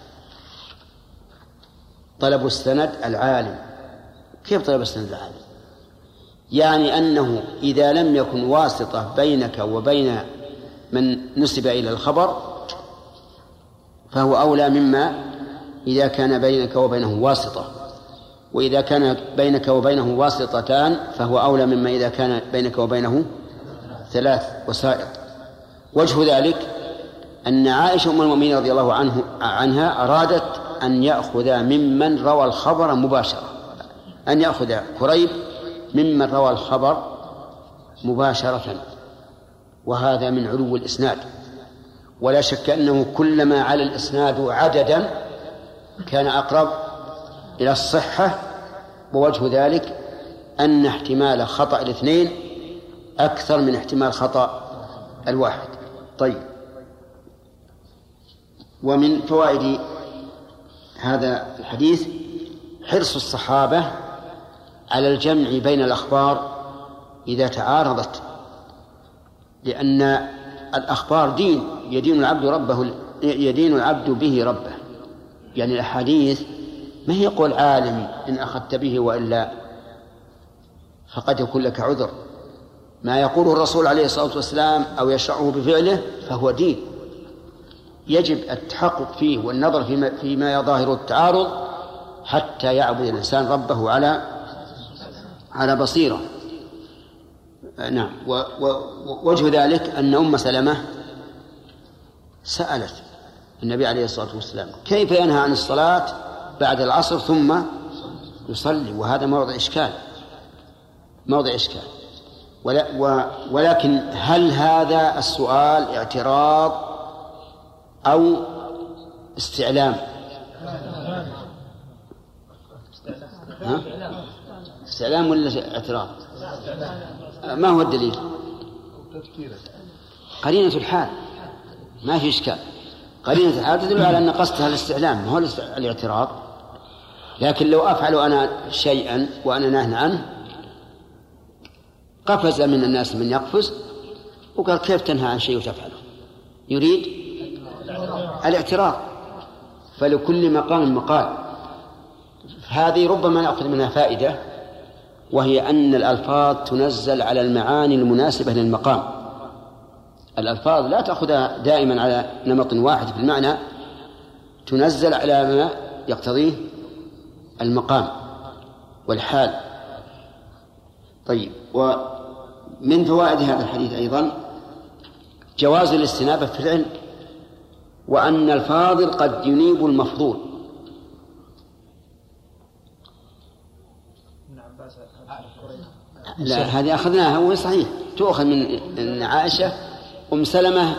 طلب السند العالي. كيف طلب السند العالي؟ يعني أنه إذا لم يكن واسطة بينك وبين من نسب إلى الخبر فهو أولى مما إذا كان بينك وبينه واسطة، وإذا كان بينك وبينه واسطتان فهو أولى مما إذا كان بينك وبينه ثلاث وسائط. وجه ذلك أن عائشة أم المؤمنين رضي الله عنه عنها أرادت أن يأخذ ممن روى الخبر مباشرة، أن يأخذ كريب ممن روى الخبر مباشرة، وهذا من علو الإسناد. ولا شك أنه كلما على الإسناد عددا كان أقرب إلى الصحة، ووجه ذلك أن احتمال خطأ الاثنين أكثر من احتمال خطأ الواحد. طيب، ومن فوائد هذا الحديث حرص الصحابة على الجمع بين الأخبار إذا تعارضت، لأن الأخبار دين يدين العبد ربه يدين العبد به ربه. يعني الأحاديث ما هي قول عالم إن أخذت به وإلا فقد يكون لك عذر. ما يقوله الرسول عليه الصلاة والسلام أو يشرعه بفعله فهو دين، يجب التحقق فيه والنظر فيما, فيما يظاهر التعارض حتى يعبد الإنسان ربه على على بصيرة. نعم. ووجه ذلك أن أم سلمة سألت النبي عليه الصلاة والسلام كيف ينهى عن الصلاة بعد العصر ثم يصلي، وهذا موضع إشكال موضع إشكال ولكن هل هذا السؤال اعتراض أو استعلام؟ ها؟ استعلام ولا اعتراض؟ ما هو الدليل؟ قرينة الحال، ما في إشكال. قرينة الحال تدل على أن قصدها الاستعلام هو الاعتراض. لكن لو أفعل أنا شيئا وأنا ناهي عنه قفز من الناس من يقفز وقال كيف تنهى عن شيء وتفعله؟ يريد الاعتراض. فلكل مقام مقال. هذه ربما نأخذ منها فائدة، وهي أن الألفاظ تنزل على المعاني المناسبة للمقام. الألفاظ لا تأخذها دائما على نمط واحد في المعنى، تنزل على ما يقتضيه المقام والحال. طيب، ومن فوائد هذا الحديث أيضا جواز الاستنابة في العلم، وأن الفاضل قد ينيب المفضول. لا، هذه أخذناها وهي صحيح، تؤخذ من عائشة أم سلمة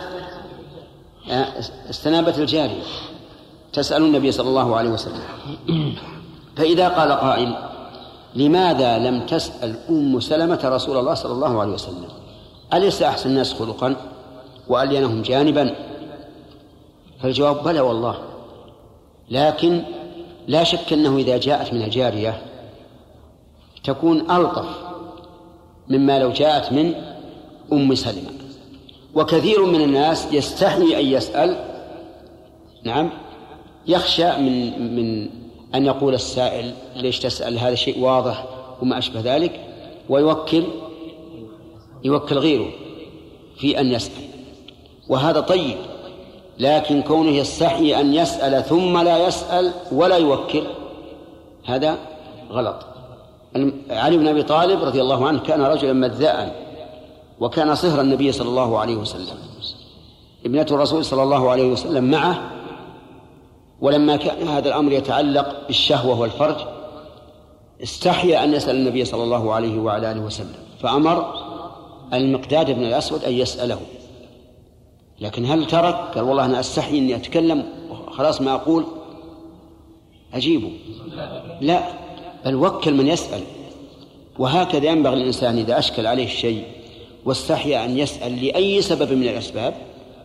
استنابة الجارية تسأل النبي صلى الله عليه وسلم. فإذا قال قائل لماذا لم تسأل أم سلمة رسول الله صلى الله عليه وسلم؟ أليس أحسن الناس خلقا وألينهم جانبا؟ فالجواب بلى والله، لكن لا شك أنه إذا جاءت من الجارية تكون ألطف مما لو جاءت من أم سلمة. وكثير من الناس يستحي أن يسأل، نعم، يخشى من من أن يقول السائل ليش تسأل، هذا شيء واضح وما أشبه ذلك، ويوكل يوكل غيره في أن يسأل، وهذا طيب. لكن كونه يستحي أن يسأل ثم لا يسأل ولا يوكل هذا غلط. علي بن أبي طالب رضي الله عنه كان رجلا مذاء، وكان صهر النبي صلى الله عليه وسلم، ابنة الرسول صلى الله عليه وسلم معه، ولما كان هذا الأمر يتعلق بالشهوة والفرج استحي أن يسأل النبي صلى الله عليه وعلى آله وسلم، فأمر المقداد بن الأسود أن يسأله. لكن هل ترك؟ قال والله أنا أستحي أني أتكلم خلاص ما أقول أجيبه، لا، بل وكل من يسأل. وهكذا ينبغي الإنسان إذا أشكل عليه الشيء واستحي أن يسأل لأي سبب من الأسباب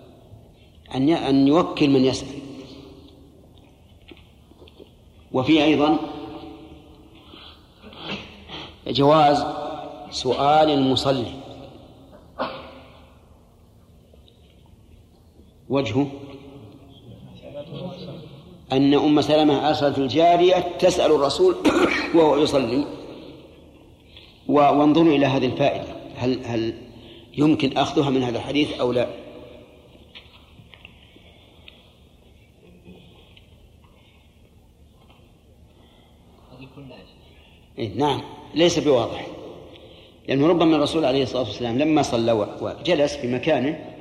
أن يوكل من يسأل. وفي أيضا جواز سؤال المصلي، وجهه أن أم سلمة أرسلت الجارية تسأل الرسول وهو يصلي. وانظروا إلى هذه الفائدة، هل هل يمكن أخذها من هذا الحديث أو لا؟ إيه نعم، ليس بواضح، لأنه ربما الرسول عليه الصلاة والسلام لما صلى وجلس في مكانه